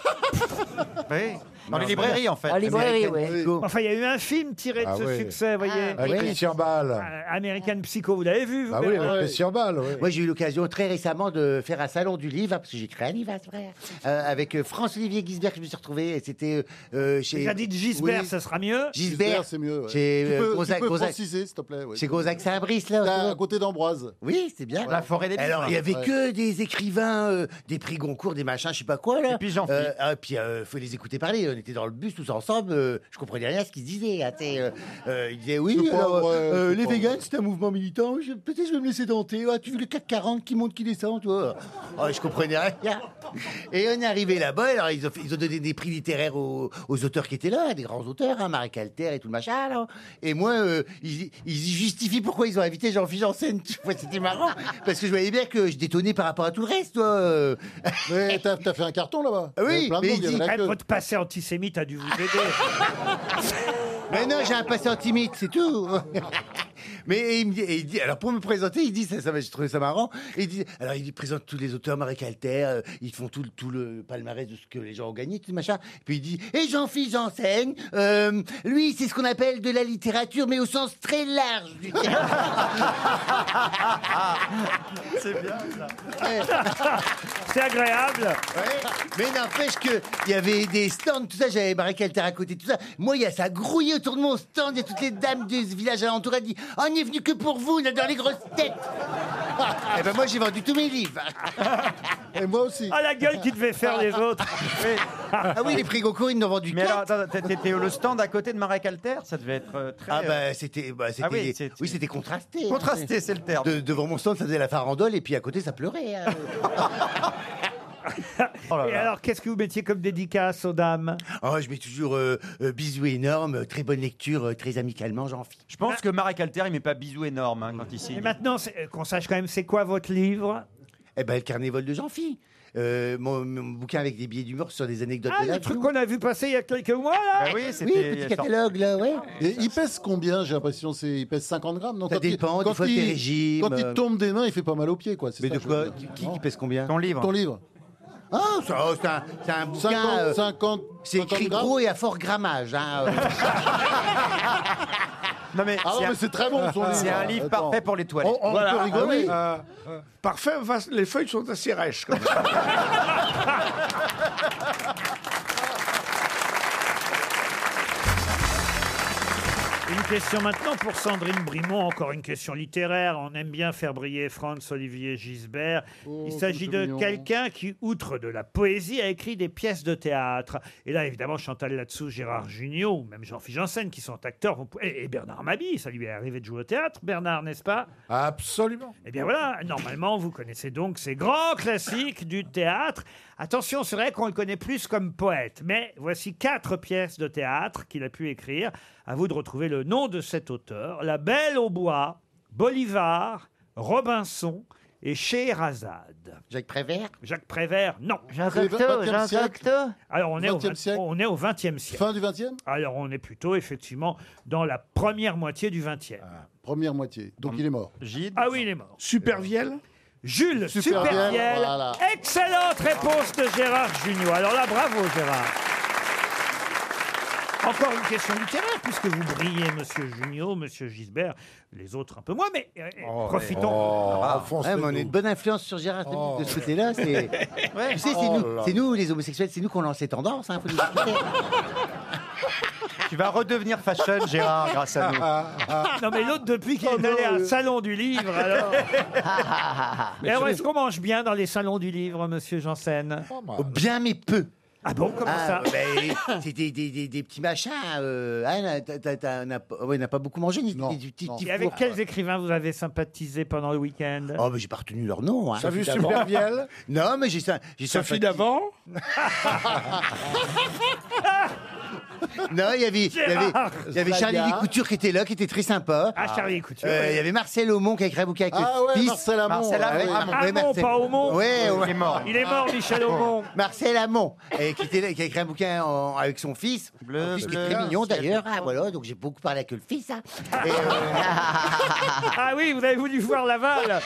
Oui. Dans les librairies, en fait. En librairie, oui. Psycho. Enfin, il y a eu un film tiré de Ah ce ouais. succès, vous voyez. Ah, Avec oui. Christian Bale. Euh, American Psycho, vous l'avez vu, vous Ah oui, Bernard avec Christian Bale, oui. Moi, j'ai eu l'occasion très récemment de faire un salon du livre, hein, parce que j'ai créé un livre, c'est vrai, euh, avec euh, France-Olivier Gisbert que je me suis retrouvé. Et c'était euh, chez. J'ai dit Gisbert, Oui. ça sera mieux. Gisbert, c'est mieux. ouais. Chez Tu euh, peux, tu Gonzague- peux Gonzague- préciser, s'il te plaît. ouais. chez Gonzague Saint-Brice, là. Là, à autour. côté d'Ambroise. Oui, c'est bien. La forêt des livres. Alors, il y avait Ouais. que des écrivains, euh, des prix Goncourt, des machins, je sais pas quoi, là. Et puis Jean-Philippe. Euh, ah, puis, euh, euh, faut les écouter parler. On était dans le bus tous ensemble. euh, je comprenais rien à ce qu'ils disaient. Hein, t'sais, euh, euh, ils disaient oui. C'est pas alors, vrai, euh, c'est les pas végans, c'est un mouvement militant. Je- Peut-être je vais me laisser tenter. Ah, tu veux le C A C quarante qui monte, qui descend, toi. Ah, je comprenais rien. Et on est arrivé là-bas. Alors ils ont, fait- ils ont donné des prix littéraires aux, aux auteurs qui étaient là, des grands auteurs, hein, Marek Alter et tout le machin. Là. Et moi, euh, ils, ils justifient pourquoi ils ont invité Jean-Philippe Janssen. Tu vois, c'était marrant parce que je voyais bien que je détonnais par rapport à tout le reste, toi. euh. Mais t'as t'as fait un carton là-bas. Ah oui, Il y avait plein de mais monde, il il y avait dit- la Ah, queue. votre passé antisémite a dû vous aider. Mais non, j'ai un passé antimite, c'est tout. Mais il me dit, et il dit, alors pour me présenter, il dit, ça, ça, j'ai trouvé ça marrant. Et il dit, alors il présente tous les auteurs, Marek Alter, euh, ils font tout, le- tout le palmarès de ce que les gens ont gagné, tout machin. Puis il dit, et Jean-Philippe Janssen, euh, lui, c'est ce qu'on appelle de la littérature, mais au sens très large du terme. C'est bien ça. C'est agréable. Ouais. Mais n'empêche que il y avait des stands, tout ça, j'avais Marek Alter à côté, tout ça. Moi, il y a ça grouillé autour de mon stand, il y a toutes les dames du village alentour, elles disent, oh, on n'y est venu que pour vous, on adore les grosses têtes. Et ben moi, j'ai vendu tous mes livres. Et moi aussi. Ah, la gueule qui devait faire les autres. Ah oui, les prix Goncourt, ils nous ont vendu Mais alors, quatre. attends, t'étais au le stand à côté de Marek Alter. Ça devait être euh, très. Ah euh, bah c'était bah, c'était Ah oui, c'est- oui, c'était contrasté. Contrasté, c'est le terme. De- devant mon stand, ça faisait la farandole et puis à côté ça pleurait. hein. Oh là Et là. alors, qu'est-ce que vous mettiez comme dédicace aux dames? Oh, je mets toujours euh, euh, bisous énormes, euh, très bonne lecture, euh, très amicalement, j'en fiche. Je pense que Marek Alter, il met pas bisous énormes hein, quand il Et signe. maintenant, c'est- euh, qu'on sache quand même, c'est quoi votre livre? Eh ben le carnet-vol de Jean-Phi. Euh, mon, mon bouquin avec des billets d'humour sur des anecdotes Ah, de le la truc vie. qu'on a vu passer il y a quelques mois, là? Bah oui, Oui, c'était. le petit catalogue là, ouais. Et il pèse combien? J'ai l'impression c'est il pèse cinquante grammes. Non, Ça quand il- dépend, quand des fois il- tes régimes, Quand il euh. tombe des mains, il fait pas mal aux pieds, quoi. c'est Mais ça de que je quoi veux dire. qui, qui pèse combien? Ton livre. Ton livre. Ah, ça, oh, c'est un, c'est un bouquin. cinquante, euh, cinquante, c'est écrit cinquante grammes. gros et à fort grammage. Hein, euh. Non mais Ah non, c'est mais un- c'est très bon son livre. c'est un livre Attends. parfait pour les toilettes. On, on Voilà. peut rigoler. Euh, euh, parfait, va- les feuilles sont assez rêches. Quand même. Une question maintenant pour Sandrine Brimont, encore une question littéraire. On aime bien faire briller Franz-Olivier Gisbert. Oh, Il s'agit comme de c'est mignon. quelqu'un qui, outre de la poésie, a écrit des pièces de théâtre. Et là, évidemment, Chantal Latsou, Gérard Jugnot, ou même Jean-Philippe Janssen, qui sont acteurs. Vous pouvez- Et et Bernard Mabille, ça lui est arrivé de jouer au théâtre, Bernard, n'est-ce pas? Absolument. Eh bien voilà, normalement, vous connaissez donc ces grands classiques du théâtre. Attention, c'est vrai qu'on le connaît plus comme poète, mais voici quatre pièces de théâtre qu'il a pu écrire. À vous de retrouver le nom de cet auteur. La Belle au bois, Bolivar, Robinson et Scheherazade. Jacques Prévert. Jacques Prévert, non. Jean C'est le Cocteau, vingtième Jean siècle. Cocteau. Alors on est, au vingtième vingt- siècle. on est au vingtième siècle. Fin du vingtième. Alors on est plutôt effectivement dans la première moitié du vingtième. Première moitié. Donc il est mort. Gide. Ah oui, il est mort. Supervielle. Jules Supervielle, Supervielle. voilà. Excellente réponse de Gérard Jugnot. Alors là, bravo Gérard. Encore une question littéraire, puisque vous brillez, monsieur Jugnot, monsieur Gisbert, les autres un peu moins, mais euh, profitons. Oh, Ouais, enfonce-le mais on a tout. une bonne influence sur Gérard Oh. de ce côté-là. C'est... Tu sais, c'est Oh nous, là. c'est nous, les homosexuels, c'est nous qu'on lance les tendances. Hein, faut nous écouter. Tu vas redevenir fashion, Gérard, grâce à nous. Non mais l'autre, depuis qu'il Oh est allé à non, un euh. salon du livre, alors... Mais alors, est-ce qu'on mange bien dans les salons du livre, monsieur Janssen? Pas mal. Oh, bien, mais peu. Ah bon, comment Ah, ça? ben, c'est des, des, des, des petits machins. Euh, ah, t'as- t'as- t'as- on n'a pas- ouais, on n'a pas beaucoup mangé, ni Non, des, des petits, non. petits Et avec fours. quels écrivains vous avez sympathisé pendant le week-end? Oh, mais j'ai pas retenu leur nom. Hein. T'as vu Sophie d'Avant. Supervielle? Non, mais j'ai ça. J'ai Sophie sympathie- d'avant? Non, il y avait, il y avait, Gérard. il y avait Charlie Zaya. Couture qui était là, qui était très sympa. Ah, Charlie Couture. Euh, oui. Il y avait Marcel Aumont qui a écrit un bouquin avec Ah le ouais, fils. Marcel Amont. Marcel ouais. Amont. Ouais, Amont. ouais, Amont, Marcel- pas Aumont. Ouais, ouais. Il est mort. Il est mort, Michel Aumont. Marcel Amont, et qui, était là- qui a écrit un bouquin en- avec son fils. Bleu, Son fils qui est bleu, très mignon ciel. d'ailleurs. Ah, voilà, donc j'ai beaucoup parlé avec le fils. Hein. Et, euh, Ah oui, vous avez voulu voir Laval.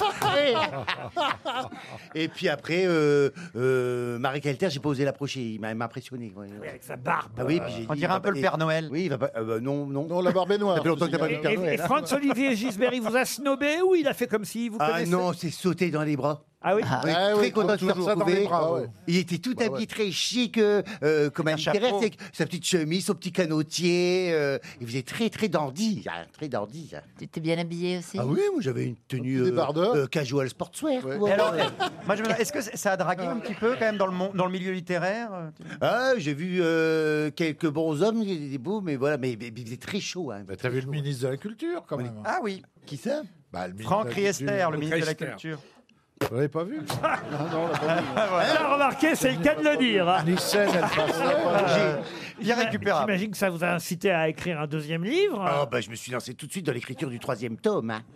et puis après, euh, euh, Marie Calter, j'ai pas osé l'approcher. Il m'a il m'a impressionné. Ouais. Oui, avec sa barbe. Ah oui, puis j'ai On dit, dirait il un va peu pas- le Père Noël. Oui, il va pas. euh, bah, non, non. Non, la barbe est noire. Ça fait longtemps que t'as pas vu Et, le Père et- Noël. et Franz-Olivier Gisbert, il vous a snobé ou il a fait comme si vous Ah connaissez? non, c'est sauté dans les bras. Ah oui. Oui, Ah très oui, content comme de se toujours ça dans les retrouver. bras, ouais. Il était tout Bah habillé ouais. très chic, euh, euh, comme un littéraire, chapeau. avec sa petite chemise, son petit canotier. euh, il faisait très très dandy, hein, très dandy. hein. Tu t'es bien habillé aussi? Ah oui, moi j'avais une tenue Des euh, bardeurs. euh, casual sportswear. Ouais. quoi. Et alors, moi, je me demande, est-ce que ça a dragué un petit peu quand même dans le, mon- dans le milieu littéraire? Ah, j'ai vu euh, quelques bons hommes, des des beaux, mais voilà, mais, mais il faisait très chaud. Hein, Bah, t'as vu le ministre de la Culture, quand même. Ah oui. Qui ça? Bah, le ministre Franck de la Riester, Culture. le ministre de la Riester. Culture. Vous l'avez pas vu? Ah, non, on l'a pas vu. Alors, remarquez, c'est le cas de le dire. hein. Nissen, elle passait. Irrécupérable. J'imagine que ça vous a incité à écrire un deuxième livre. Ah bah, je me suis lancé tout de suite dans l'écriture du troisième tome. Hein.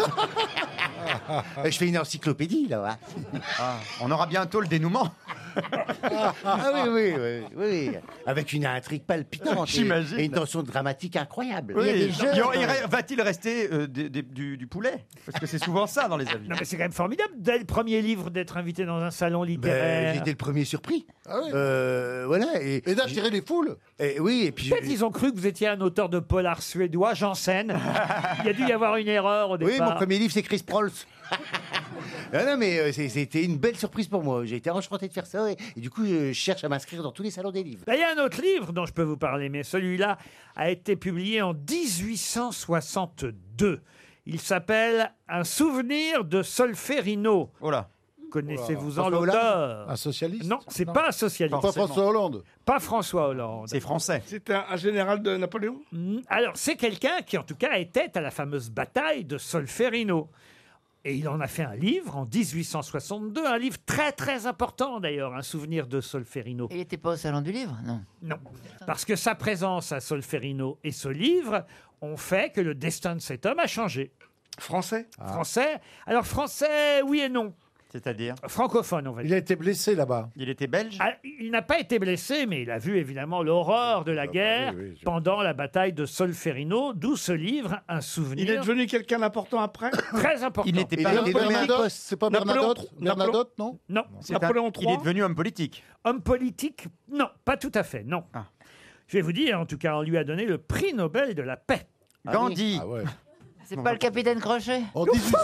je fais une encyclopédie là. Hein. Ah, on aura bientôt le dénouement. Ah oui, oui, oui, oui. Avec une intrigue palpitante. et- J'imagine. Et une tension dramatique incroyable. Oui. Il y a des jeux. Il y aura- il re- Va-t-il rester euh, des- des- du, du poulet? Parce que c'est souvent ça dans les avis. Non, mais c'est quand même formidable, dès le premier livre, d'être invité dans un salon Ben, littéraire. J'étais le premier surpris. Ah oui. Euh, voilà. Et, Et d'attirer les foules. et oui, et puis. Peut-être ils ont cru que vous étiez un auteur de polar suédois, Janssen. Il y a dû y avoir une erreur au Oui, départ. mon premier livre, c'est Chris Prols. non, non, mais euh, c'est- c'était une belle surprise pour moi. J'ai été enchanté de faire ça. Et, et du coup, je cherche à m'inscrire dans tous les salons des livres. Là, il y a un autre livre dont je peux vous parler, mais celui-là a été publié en dix-huit cent soixante-deux. Il s'appelle Un souvenir de Solferino. Oh là. Connaissez-vous-en François l'auteur? Un socialiste? Non, c'est pas un socialiste. Pas François Hollande. Pas François Hollande. C'est français. C'est un, un général de Napoléon? Mm, Alors, c'est quelqu'un qui, en tout cas, était à la fameuse bataille de Solferino. Et il en a fait un livre en dix-huit cent soixante-deux, un livre très très important d'ailleurs, un souvenir de Solferino. Il n'était pas au salon du livre? Non. Non, parce que sa présence à Solferino et ce livre ont fait que le destin de cet homme a changé. Français? Français. Alors français, oui et non. C'est-à-dire? Francophone, on va Il dire. a été blessé là-bas. Il était belge? Ah, il n'a pas été blessé, mais il a vu évidemment l'horreur de la guerre oui, oui, je- pendant la bataille de Solferino, d'où ce livre, un souvenir Il est devenu quelqu'un d'important après? très important. Il n'était Et pas. il était Bernadotte, Bernadotte. c'est pas Napoléon Bernadotte? tro- Bernadotte, non? Non. C'est un- Napoléon Il trois? est devenu homme politique. Homme politique, non, pas tout à fait, non. Ah. Je vais vous dire, en tout cas, on lui a donné le prix Nobel de la paix. Gandhi. Ah ouais. C'est pas le capitaine Crochet? En dix-huit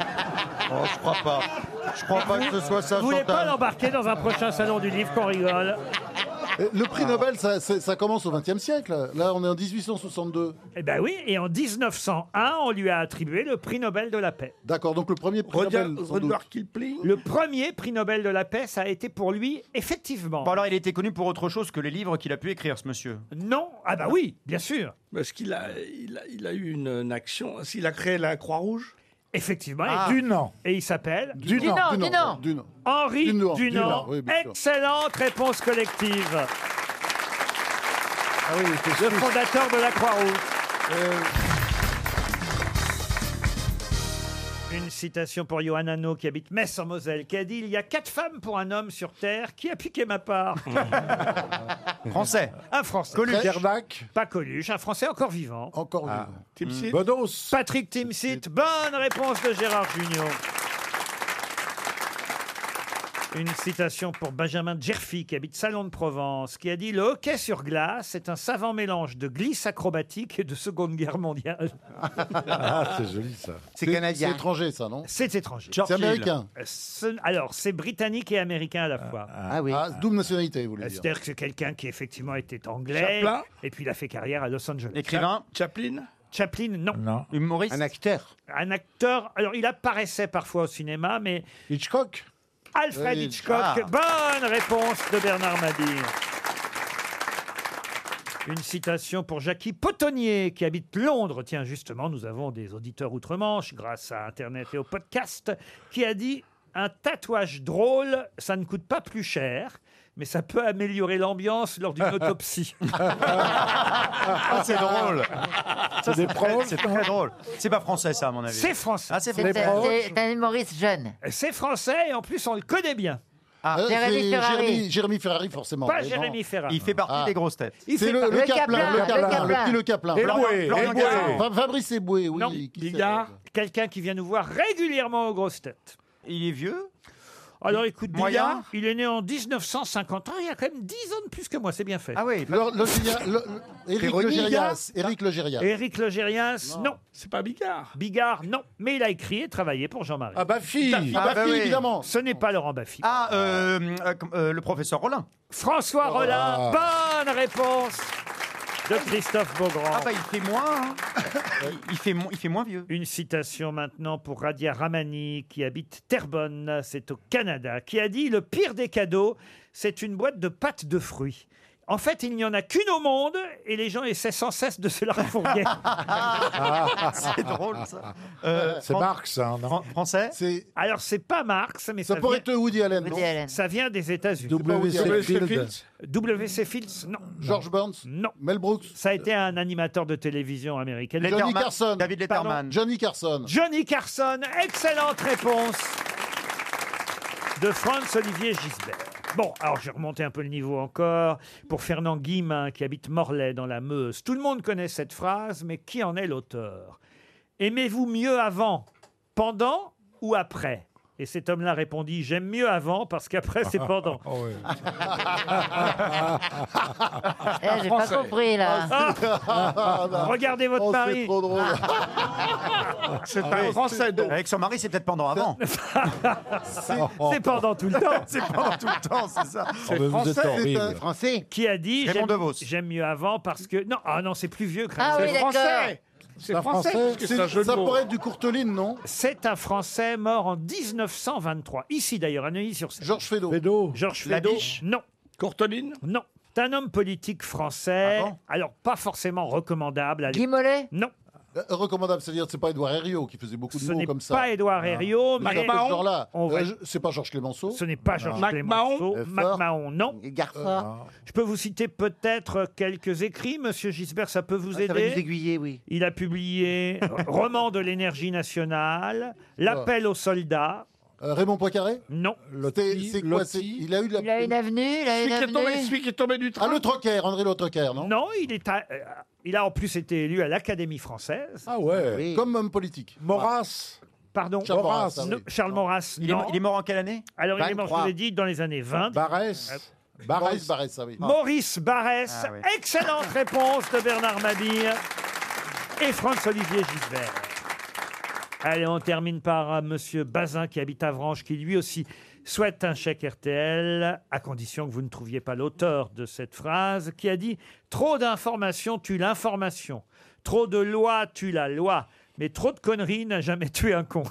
Oh, je crois pas. Je crois pas que ce soit ça, Vous voulez pas Chantal. l'embarquer dans un prochain salon du livre qu'on rigole? Euh, Le prix Nobel, ça, c'est- ça commence au vingtième siècle. Là, on est en dix-huit cent soixante-deux. Eh ben oui, et en dix-neuf cent un, on lui a attribué le prix Nobel de la paix. D'accord, donc le premier prix Rudyard Nobel. sans doute. Rudyard Kipling? Le premier prix Nobel de la paix, ça a été pour lui, effectivement. Bon, alors, il était connu pour autre chose que les livres qu'il a pu écrire, ce monsieur. Non, ah bah oui, bien sûr. Parce qu'il a, il a, il a eu une, une action. S'il a créé la Croix-Rouge? Effectivement. Ah. Et, Dunant. et il s'appelle Dunant. Dunant, Dunant. Dunant. Dunant. Henri Dunant, Dunant. Dunant, oui, bien sûr. Excellente réponse collective. Ah oui, il était Le fondateur de la Croix-Rouge. Une citation pour Johan Hano qui habite Metz en Moselle, qui a dit « Il y a quatre femmes pour un homme sur Terre. Qui a piqué ma part ?» Français. Un Français. Coluche. Kerdak. Pas Coluche, un Français encore vivant. Encore Ah. vivant. Timsit? Bedos. Patrick Timsit. Bonne réponse de Gérard Junior. Une citation pour Benjamin Djerfi, qui habite Salon de Provence, qui a dit « Le hockey sur glace est un savant mélange de glisse acrobatique et de Seconde Guerre mondiale. Ah, c'est joli ça. C'est canadien. C'est étranger ça, non » C'est étranger. C'est américain. Euh, ce- alors, c'est britannique et américain à la fois. Ah oui. Ah, double nationalité, vous voulez Euh, dire. C'est-à-dire que c'est quelqu'un qui effectivement était anglais, Chaplin. et puis il a fait carrière à Los Angeles. Écrivain. Chaplin? Chaplin, non. Non. Humoriste. Un acteur. Un acteur, alors il apparaissait parfois au cinéma, mais Hitchcock. Alfred Oui. Hitchcock, Ah. bonne réponse de Bernard Mabille. Une citation pour Jackie Potonnier, qui habite Londres. Tiens, justement, nous avons des auditeurs outre-Manche, grâce à Internet et au podcast, qui a dit « Un tatouage drôle, ça ne coûte pas plus cher, mais ça peut améliorer l'ambiance lors d'une autopsie. » Ah, c'est drôle. C'est des Très- proches. C'est très drôle. C'est pas français, ça, à mon avis. C'est français. Ah, c'est C'est français. un, c'est un humoriste jeune. C'est français, et en plus, on le connaît bien. Ah, Euh, Jérémy c'est Ferrari. Jérémy, Jérémy Ferrari, forcément. Pas Mais Jérémy non. Ferrari. il fait partie Ah. des grosses têtes. Il C'est fait le, par- le, Le Caplin, Caplin, le le Caplin, le Caplin. petit Le Caplin. Eboué, Florian Eboué. Gazan. Fa- Fabrice Eboué, oui. Non, qui c'est Bigard. Quelqu'un qui vient nous voir régulièrement aux grosses têtes. Il est vieux. Alors écoute, Moyen. Bigard, il est né en dix-neuf cent cinquante ans, il a quand même dix ans de plus que moi, c'est bien fait. Ah oui. Le- le- le- Éric Véronique. Logérias. Éric Logérias. Éric Logérias, non. C'est pas Bigard. Bigard, non. Mais il a écrit et travaillé pour Jean-Marie. Ah, Baffy. Baffy. Ah, Ah, bah Baffy, oui. évidemment. Ce n'est pas Laurent Baffy. Ah, euh, euh, euh, le professeur Rollin. François Oh. Rollin, bonne réponse de Christophe Beaugrand. Ah bah il fait moins. hein. il, il fait, mo- il fait moins vieux. Une citation maintenant pour Radia Ramani, qui habite Terrebonne, c'est au Canada, qui a dit « Le pire des cadeaux, c'est une boîte de pâtes de fruits. En fait, il n'y en a qu'une au monde et les gens essaient sans cesse de se la refourguer. C'est drôle ça. Euh, C'est Fran- Marx, hein, non Fran- Français. C'est- » Alors, c'est pas Marx, mais Ça ça, pourrait vient, être Woody Allen, non Woody Allen. ça vient des États-Unis. W C W C Fields. Fields. W C Fields, non. George Burns. Non. Mel Brooks. Ça a été un animateur de télévision américaine. Johnny Letterman. Carson. David Pardon. Letterman. Johnny Carson. Johnny Carson, excellente réponse de Franz-Olivier Gisbert. Bon, alors je vais remonter un peu le niveau encore. Pour Fernand Guillemin, qui habite Morlaix dans la Meuse. Tout le monde connaît cette phrase, mais qui en est l'auteur? Aimez-vous mieux avant, pendant ou après? Et cet homme-là répondit, j'aime mieux avant parce qu'après c'est pendant. Oh, oui. Eh, j'ai pas compris là. Ah, regardez votre Oh, mari. c'est trop drôle. C'est un Français, donc. Avec son mari, c'est peut-être pendant avant. C'est pendant tout le temps. c'est pendant tout le temps, c'est ça. Oh, mais vous êtes C'est un horrible. Français. Qui a dit, Raymond j'aime DeVos. j'aime mieux avant parce que... Non, ah non, c'est plus vieux que Ah Raymond. oui, d'accord. Français. C'est un français. Français. parce que c'est un C'est- jeu de Ça mots. pourrait être du Courteline, non? C'est un Français mort en dix-neuf cent vingt-trois. Ici d'ailleurs, à Neuilly-sur-Seine. Georges Feydeau. Fédo. Georges Feydeau. Labiche. Non, Courteline. non. C'est un homme politique français. Ah bon Alors, pas forcément recommandable. à Guy l'époque. Mollet. Non, Euh, Recommandable, c'est-à-dire c'est pas Édouard Herriot qui faisait beaucoup de ce mots n'est comme ça. pas Édouard Herriot, Mais mais un peu ce genre-là. on va- Euh, je- C'est pas Georges Clémenceau. ce n'est pas Georges Mac Clémenceau. Mahon. Mac Mahon, non. Garfort. Je peux vous citer peut-être quelques écrits, Monsieur Gisbert, ça peut vous Ça va nous aider. aiguiller, oui. Il a publié euh, Roman de l'énergie nationale, L'appel aux soldats. Euh, Raymond Poincaré. Non. C'est c'est quoi c'est- Lotti. Il a eu de la. Il a une avenue, il a Celui une qui, est tombé, avenue. celui qui est tombé du train. Ah, le Troquer, André Le Troquer, non? Non, il, est à- euh, il a en plus été élu à l'Académie française. Ah ouais. Oui. Comme homme politique. Maurras. Pardon. Charles Maurras. Maurras, ah Non, oui. Charles Maurras, Il est, non. mo- il est mort en quelle année Alors, il est mort, je vingt-trois. vous l'ai dit, dans les années vingt. Barès. Maurice Barès. Barrès, ah oui. Maurice Barrès. Ah oui. Excellente réponse de Bernard Mabille et Franz-Olivier Gisbert. Allez, on termine par euh, Monsieur Bazin qui habite Avranches, qui lui aussi souhaite un chèque R T L, à condition que vous ne trouviez pas l'auteur de cette phrase, qui a dit « Trop d'informations tue l'information, trop de lois tue la loi, mais trop de conneries n'a jamais tué un con.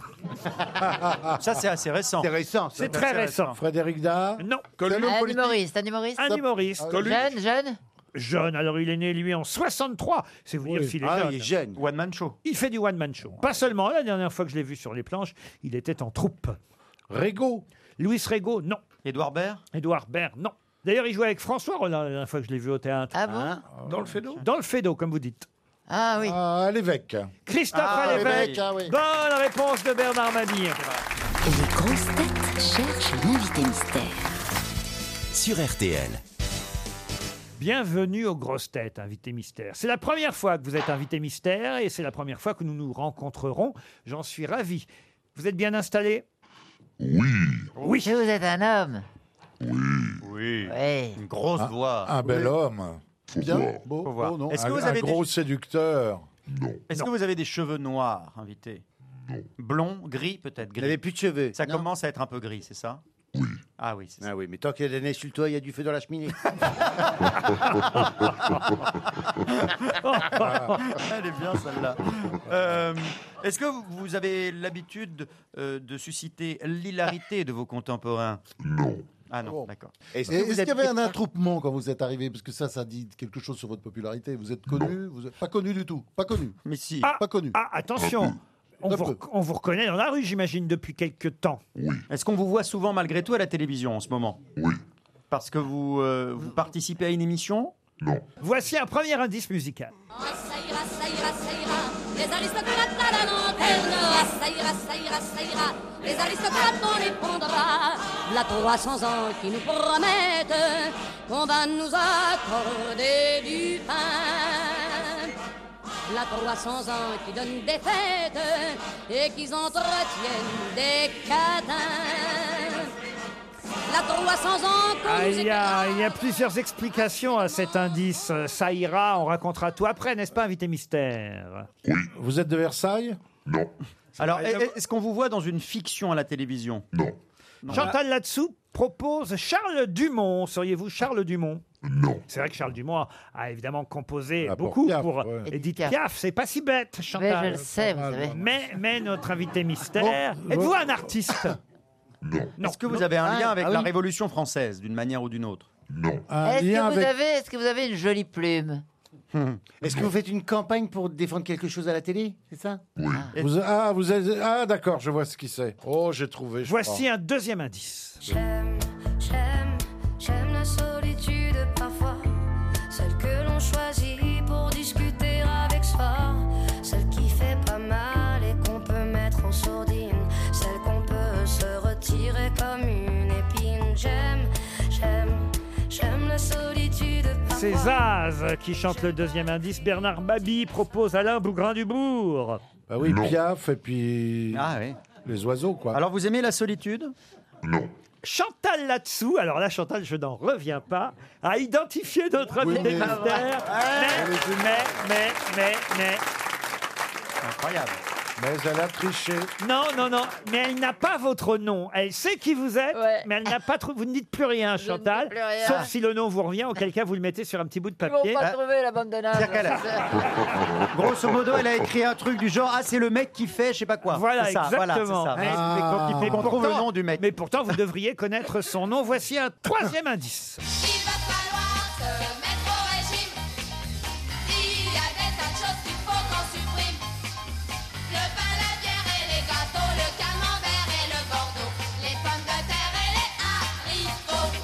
Ça, c'est assez récent. C'est récent. » ça. C'est très assez récent. récent. Frédéric Dard. Non, C'est un homme Un politique. humoriste, un humoriste. un humoriste. Jeune, jeune. Jeune, alors il est né lui en soixante-trois. C'est vous dire Oui. s'il est Ah, jeune. il est jeune. One Man Show. Il fait du one-man show. Pas seulement, la dernière fois que je l'ai vu sur les planches, il était en troupe. Régaud. Louis Régaud, non. Édouard Baird. Édouard Baird, non. D'ailleurs, il jouait avec François Rollin la dernière fois que je l'ai vu au théâtre. Ah bon Hein Dans le Fédot. Dans le Fédot, comme vous dites. Ah oui. Ah, l'évêque. Christophe Ah, Alévèque. L'évêque, ah oui. Bonne réponse de Bernard Mabille. Les grosses têtes cherchent l'invité mystère. Sur R T L. Bienvenue aux grosses têtes, invité mystère. C'est la première fois que vous êtes invité mystère et c'est la première fois que nous nous rencontrerons. J'en suis ravi. Vous êtes bien installé? Oui. Si vous êtes un homme. Oui. Oui. Une grosse voix. Un bel Oui. homme. Bien. Beau. Faut voir. Oh, non. Est-ce que Un, vous un avez des- gros séducteur. Est-ce que vous avez des cheveux noirs, invité? Blond, gris peut-être, Il gris. n'avait plus de cheveux. Ça Non. commence à être un peu gris, c'est ça? Oui. Ah oui, c'est ça. Ah oui, mais tant qu'il y a des nez sur le toit, il y a du feu dans la cheminée. Elle est bien celle-là. Euh, Est-ce que vous- vous avez l'habitude euh, de susciter l'hilarité de vos contemporains? Non. Ah non, Bon. d'accord. Est-ce Et que vous Est-ce qu'il y êtes avait un attroupement quand vous êtes arrivé? Parce que ça, ça dit quelque chose sur votre popularité. Vous êtes connu? Vous êtes pas connu du tout? Pas connu? Mais si. Ah, Pas connu. ah, attention. On Un vous, peu. rec- on vous reconnaît dans la rue, j'imagine, depuis quelque temps. Est-ce qu'on vous voit souvent malgré tout à la télévision en ce moment? Oui. Parce que vous, euh, vous participez à une émission? Voici un premier indice musical. Ah, ça ira, ça ira, ça ira, les aristocrates à la lanterne. Ah, ça ira, ça ira, ça ira, les aristocrates on les pondra. La trois cents ans qui nous promettent qu'on va nous accorder du pain. La trois cents ans qui donnent des fêtes et qui entretiennent des cadins. trois cents ans qu'on Ah, nous il, y a, éclaire. il y a plusieurs explications à cet indice. Euh, Ça ira, on racontera tout après, n'est-ce pas, invité mystère? Vous êtes de Versailles? Non. Alors, est- est-ce qu'on vous voit dans une fiction à la télévision? Non. Chantal là-dessous propose Charles Dumont. Seriez-vous Charles Dumont? Non. C'est vrai que Charles Dumont a évidemment composé Ah, pour beaucoup Piaf, pour ouais. Edith Piaf. Piaf. C'est pas si bête, Chantal. Mais je le sais, vous savez. Mais, mais notre invité mystère, êtes-vous un artiste? Non. Non. Est-ce que vous avez un lien Ah, avec ah la oui. Révolution française, d'une manière ou d'une autre? Non. Un Est-ce lien que, vous avec- avez, est-ce que vous avez une jolie plume? Est-ce que vous faites une campagne pour défendre quelque chose à la télé? C'est ça? Oui. Vous- ah, vous êtes... ah d'accord, je vois ce qui c'est. Oh, j'ai trouvé. je Voici crois. un deuxième indice. J'aime, j'aime, j'aime la solitude parfois. Celle que l'on choisit pour discuter avec soi. Celle qui fait pas mal et qu'on peut mettre en sourdine. Celle qu'on peut se retirer comme une épine. J'aime, j'aime, j'aime la solitude parfois. C'est Zaz qui chante le deuxième indice. Bernard Mabie propose Alain Bougrain-Dubourg. Bah oui, Non. Piaf et puis Ah oui. les oiseaux, quoi. Alors, vous aimez la solitude? Non. Chantal là-dessous, alors là, Chantal, je n'en reviens pas, a identifié notre Oui, invité mais- mystère. Mais, mais, mais, mais, mais, Incroyable. Mais elle a triché. non, non, non, mais elle n'a pas votre nom. Elle sait qui vous êtes, Ouais. mais elle n'a pas trouvé. Vous ne dites plus rien, Je ne Chantal. dis plus rien. Sauf si le nom vous revient, auquel cas vous le mettez sur un petit bout de Ils vont papier. pas trouver la bande de nage. C'est-à-dire qu'elle a- Grosso modo, elle a écrit un truc du genre « Ah, c'est le mec qui fait je sais pas quoi ». Voilà, C'est ça, exactement. Voilà, c'est ça. Mais- Mais donc, il faut Mais qu'on trouve le pourtant- nom du mec. Mais pourtant, vous devriez connaître son nom. Voici un troisième indice. Il va falloir se mettre au régime. Il y a des tas de choses qu'il faut qu'on supprime. Le pain, la bière et les gâteaux, le camembert et le bordeaux, les pommes de terre et les haricots.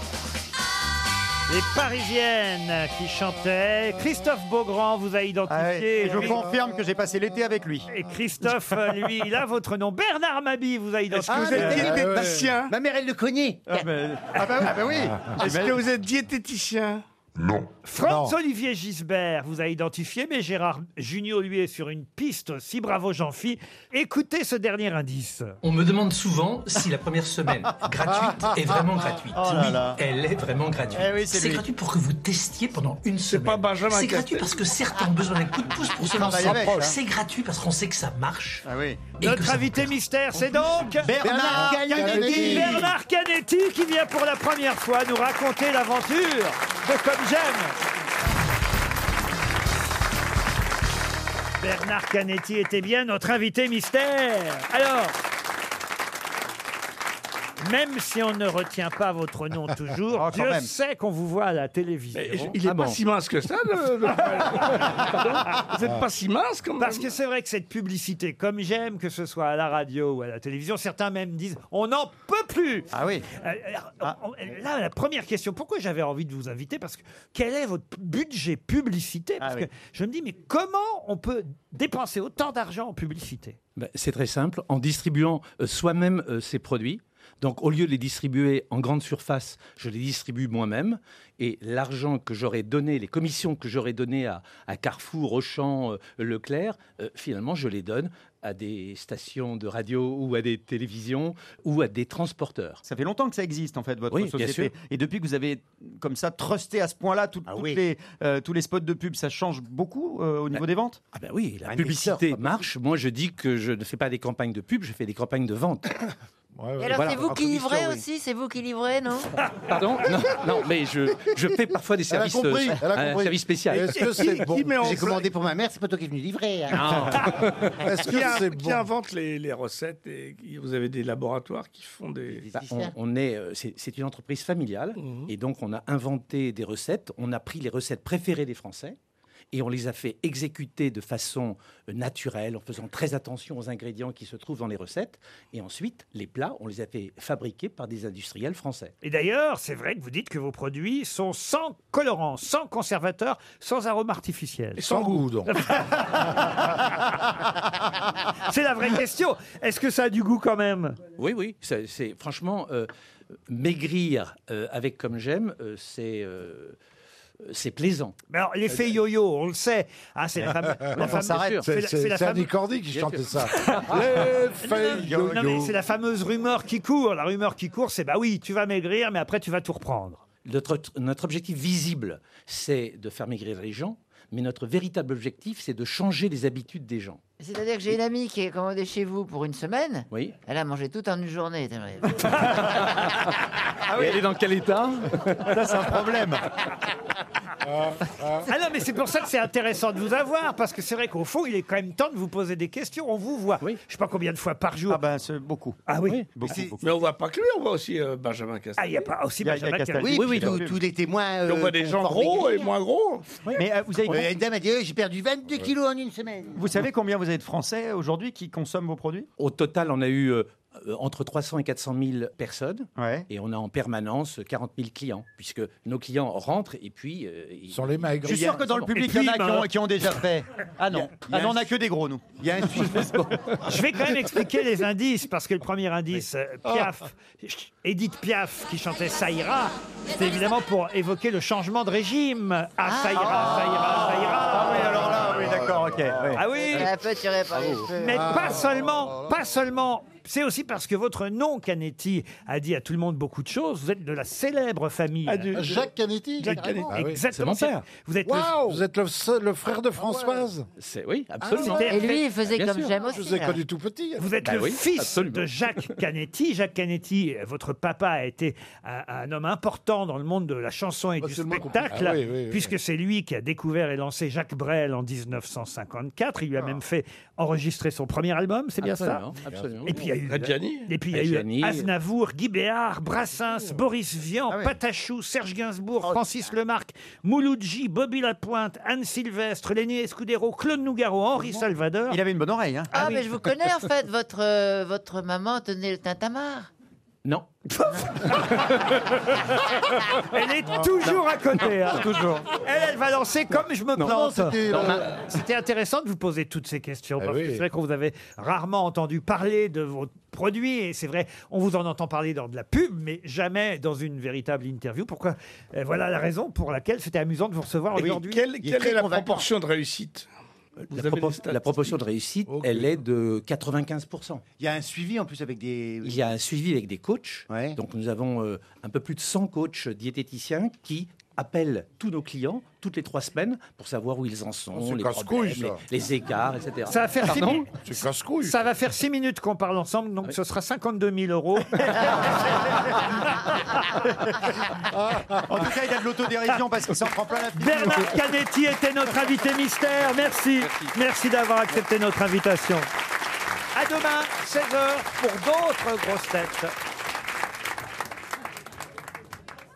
Les Parisiennes qui chantaient. Christophe Beaugrand vous a Ah ouais. identifié. Et je Lui- confirme que j'ai passé l'été avec lui. Et Christophe, euh, lui, il a votre nom. Bernard Mabie vous a identifié. Est-ce que vous êtes Ah, ouais. diététicien? Ma mère, elle le connaît. Ah bah, ah bah, ah bah oui. Est-ce que vous êtes diététicien? Non. Franz-Olivier Gisbert vous a identifié, mais Gérard Jugnot, lui, est sur une piste aussi. Bravo, Jean-Phi. Écoutez ce dernier indice. On me demande souvent si la première semaine gratuite est vraiment gratuite. Oh là oui, là. elle est vraiment gratuite. Eh oui, c'est c'est lui. gratuit pour que vous testiez pendant une semaine. pas Benjamin C'est Castel. gratuit parce que certains ont besoin d'un coup de pouce pour se travaille lancer. avec, hein. C'est gratuit parce qu'on sait que ça marche. Ah oui. et que Notre ça invité vous- mystère, c'est donc Bernard Canetti. Bernard Canetti qui vient pour la première fois nous raconter l'aventure de Comme J'aime. Bernard Canetti était bien notre invité mystère. Alors, même si on ne retient pas votre nom toujours, Oh, quand Dieu même. sait qu'on vous voit à la télévision. Il est Ah pas bon. si mince que ça, le... le- Pardon Vous n'êtes pas si mince, quand même? Parce que c'est vrai que cette publicité, comme j'aime, que ce soit à la radio ou à la télévision, certains même disent on n'en peut plus. Ah oui. Euh, alors, on- Là, la première question, pourquoi j'avais envie de vous inviter? Parce que quel est votre budget publicité? Parce Ah oui. que je me dis, mais comment on peut dépenser autant d'argent en publicité? Ben, c'est très simple, en distribuant euh, soi-même euh, ses produits. Donc, au lieu de les distribuer en grande surface, je les distribue moi-même. Et l'argent que j'aurais donné, les commissions que j'aurais données à, à Carrefour, Auchan, euh, Leclerc, euh, finalement, je les donne à des stations de radio ou à des télévisions ou à des transporteurs. Ça fait longtemps que ça existe, en fait, votre Oui, bien société. sûr. Et depuis que vous avez, comme ça, trusté à ce point-là tout- toutes oui. les, euh, tous les spots de pub, ça change beaucoup euh, au niveau des ventes? Ah ben oui, la Un publicité essor, pas marche. Moi, je dis que je ne fais pas des campagnes de pub, je fais des campagnes de vente. Ouais, Et ouais. alors, Voilà. c'est vous En qui commission, livrez oui. aussi? C'est vous qui livrez, non? Pardon? Non, non, mais je, je fais parfois des Elle a services, compris, euh, elle a un compris. service spécial. Est-ce que c'est bon? Qui met en J'ai place- commandé pour ma mère, c'est pas toi qui es venu livrer. hein. Est-ce Qui, que a- c'est qui bon? invente les, les recettes et qui- vous avez des laboratoires qui font des... Bah, on, on est, euh, c'est, c'est une entreprise familiale Mhm. et donc on a inventé des recettes. On a pris les recettes préférées des Français et on les a fait exécuter de façon euh, naturelle, en faisant très attention aux ingrédients qui se trouvent dans les recettes. Et ensuite, les plats, on les a fait fabriquer par des industriels français. Et d'ailleurs, c'est vrai que vous dites que vos produits sont sans colorant, sans conservateur, sans arôme artificiel. Et sans goût, donc. C'est la vraie question. Est-ce que ça a du goût quand même? Oui, oui, c'est, c'est- franchement, euh, maigrir euh, avec Comme J'aime, euh, c'est... euh, c'est plaisant. Mais alors, l'effet yo-yo, on le sait. Ah, c'est la fameuse. la fameuse- C'est c'est la c'est Annie fameuse- Cordy qui Bien chantait sûr. ça. L'effet Non, mais yo-yo. c'est la fameuse rumeur qui court. La rumeur qui court, c'est bah oui, tu vas maigrir, mais après tu vas tout reprendre. Notre, notre objectif visible, c'est de faire maigrir les gens, mais notre véritable objectif, c'est de changer les habitudes des gens. C'est-à-dire que j'ai une amie qui est commandée chez vous pour une semaine. Oui. Elle a mangé tout en une journée. Ah oui, elle est dans quel état? Ça, c'est un problème. Ah non, mais c'est pour ça que c'est intéressant de vous avoir, parce que c'est vrai qu'au fond, il est quand même temps de vous poser des questions. On vous voit, je sais pas combien de fois par jour. Ah ben, c'est beaucoup. Ah oui, Beaucoup, Mais, beaucoup. mais on voit pas que lui, on voit aussi euh, Benjamin Castaldi. Ah, il n'y a pas aussi Il y a- il y a Benjamin Castaldi. Castaldi. Oui, oui, tous tous les témoins. Et on euh, voit des gens fort gros maigris, et moins gros. Mais euh, vous, avez, Euh, une dame a dit euh, j'ai perdu vingt-deux kilos en une semaine. vous savez combien vous avez de Français aujourd'hui qui consomment vos produits? Au total, on a eu euh, euh, entre trois cents et quatre cent mille personnes, Ouais. et on a en permanence quarante mille clients, puisque nos clients rentrent et puis... euh, ils sont les maigres. Je suis sûr que dans le public, il y en a qui ont, qui ont déjà fait. Ah non, Il y a ah non, on un- n'a que des gros, nous. Il y a un suivi. Je vais quand même expliquer les indices, parce que le premier indice, euh, Piaf, Edith Piaf, qui chantait Ça ira, c'était évidemment pour évoquer le changement de régime. Ah, ça ira, ça ira, ça ira. Ah oui, alors là, oui, d'accord, ok. oui. Ah oui, Elle a peu tiré par les cheveux. mais pas seulement, pas seulement. C'est aussi parce que votre nom, Canetti, a dit à tout le monde beaucoup de choses. Vous êtes de la célèbre famille. Ah, du- Jacques Canetti. Jacques Canetti. Ah oui. Exactement. c'est mon père. Vous êtes le- Waouh, vous êtes le, seul- le frère de Françoise. C'est, oui, absolument. c'était- Et lui, il faisait Bien comme sûr. j'aime Je aussi. vous ai là. connu tout petit. Vous êtes Bah le oui, fils absolument. de Jacques Canetti. Jacques Canetti, euh, votre papa a été un, un homme important dans le monde de la chanson et Bah, du c'est le moins spectacle, compliqué. Ah oui, oui, oui. puisque c'est lui qui a découvert et lancé Jacques Brel en dix-neuf cent cinquante-quatre. Il lui a même fait enregistrer son premier album, c'est bien ça? Absolument, absolument. Et puis il y a eu, Reggiani. et puis il y a eu Reggiani. Aznavour, Guy Béard, Brassens, Boris Vian, Ah ouais. Patachou, Serge Gainsbourg, Francis Lemarque, Mouloudji, Bobby Lapointe, Anne Sylvestre, Lenny Escudero, Claude Nougaro, Henri Salvador. Il avait une bonne oreille. Hein. Ah, Ah oui. mais je vous connais en fait. Votre, euh, votre maman tenait le tintamarre. Non. Elle est toujours à côté. hein. Toujours. Elle, elle va lancer comme je me Non, plante. c'était, Non, euh, ma- C'était intéressant de vous poser toutes ces questions. Ah Parce que oui. c'est vrai qu'on vous avait rarement entendu parler de vos produits. Et c'est vrai, on vous en entend parler dans de la pub, mais jamais dans une véritable interview. Pourquoi Euh, Voilà la raison pour laquelle c'était amusant de vous recevoir Et aujourd'hui. quelle, Il est quelle très est la convaincant. proportion de réussite? Vous La, avez propo- les statistiques? la proportion de réussite, Ok. elle est de quatre-vingt-quinze pour cent. Il y a un suivi en plus avec des. Il y a un suivi avec des coachs. Ouais. Donc nous avons euh, un peu plus de cent coachs diététiciens qui appellent tous nos clients toutes les trois semaines pour savoir où ils en sont, Oh, c'est les casse-couille, problèmes, ça. les, les écarts, et cetera. Ça va faire six Pardon minutes. C'est casse-couille. Ça va faire six minutes qu'on parle ensemble, donc ce sera cinquante-deux mille euros. En tout cas, il a de l'autodérision parce qu'il s'en prend plein la figure. Bernard Canetti était notre invité mystère. Merci. Merci d'avoir accepté notre invitation. À demain, seize heures, pour d'autres grosses têtes.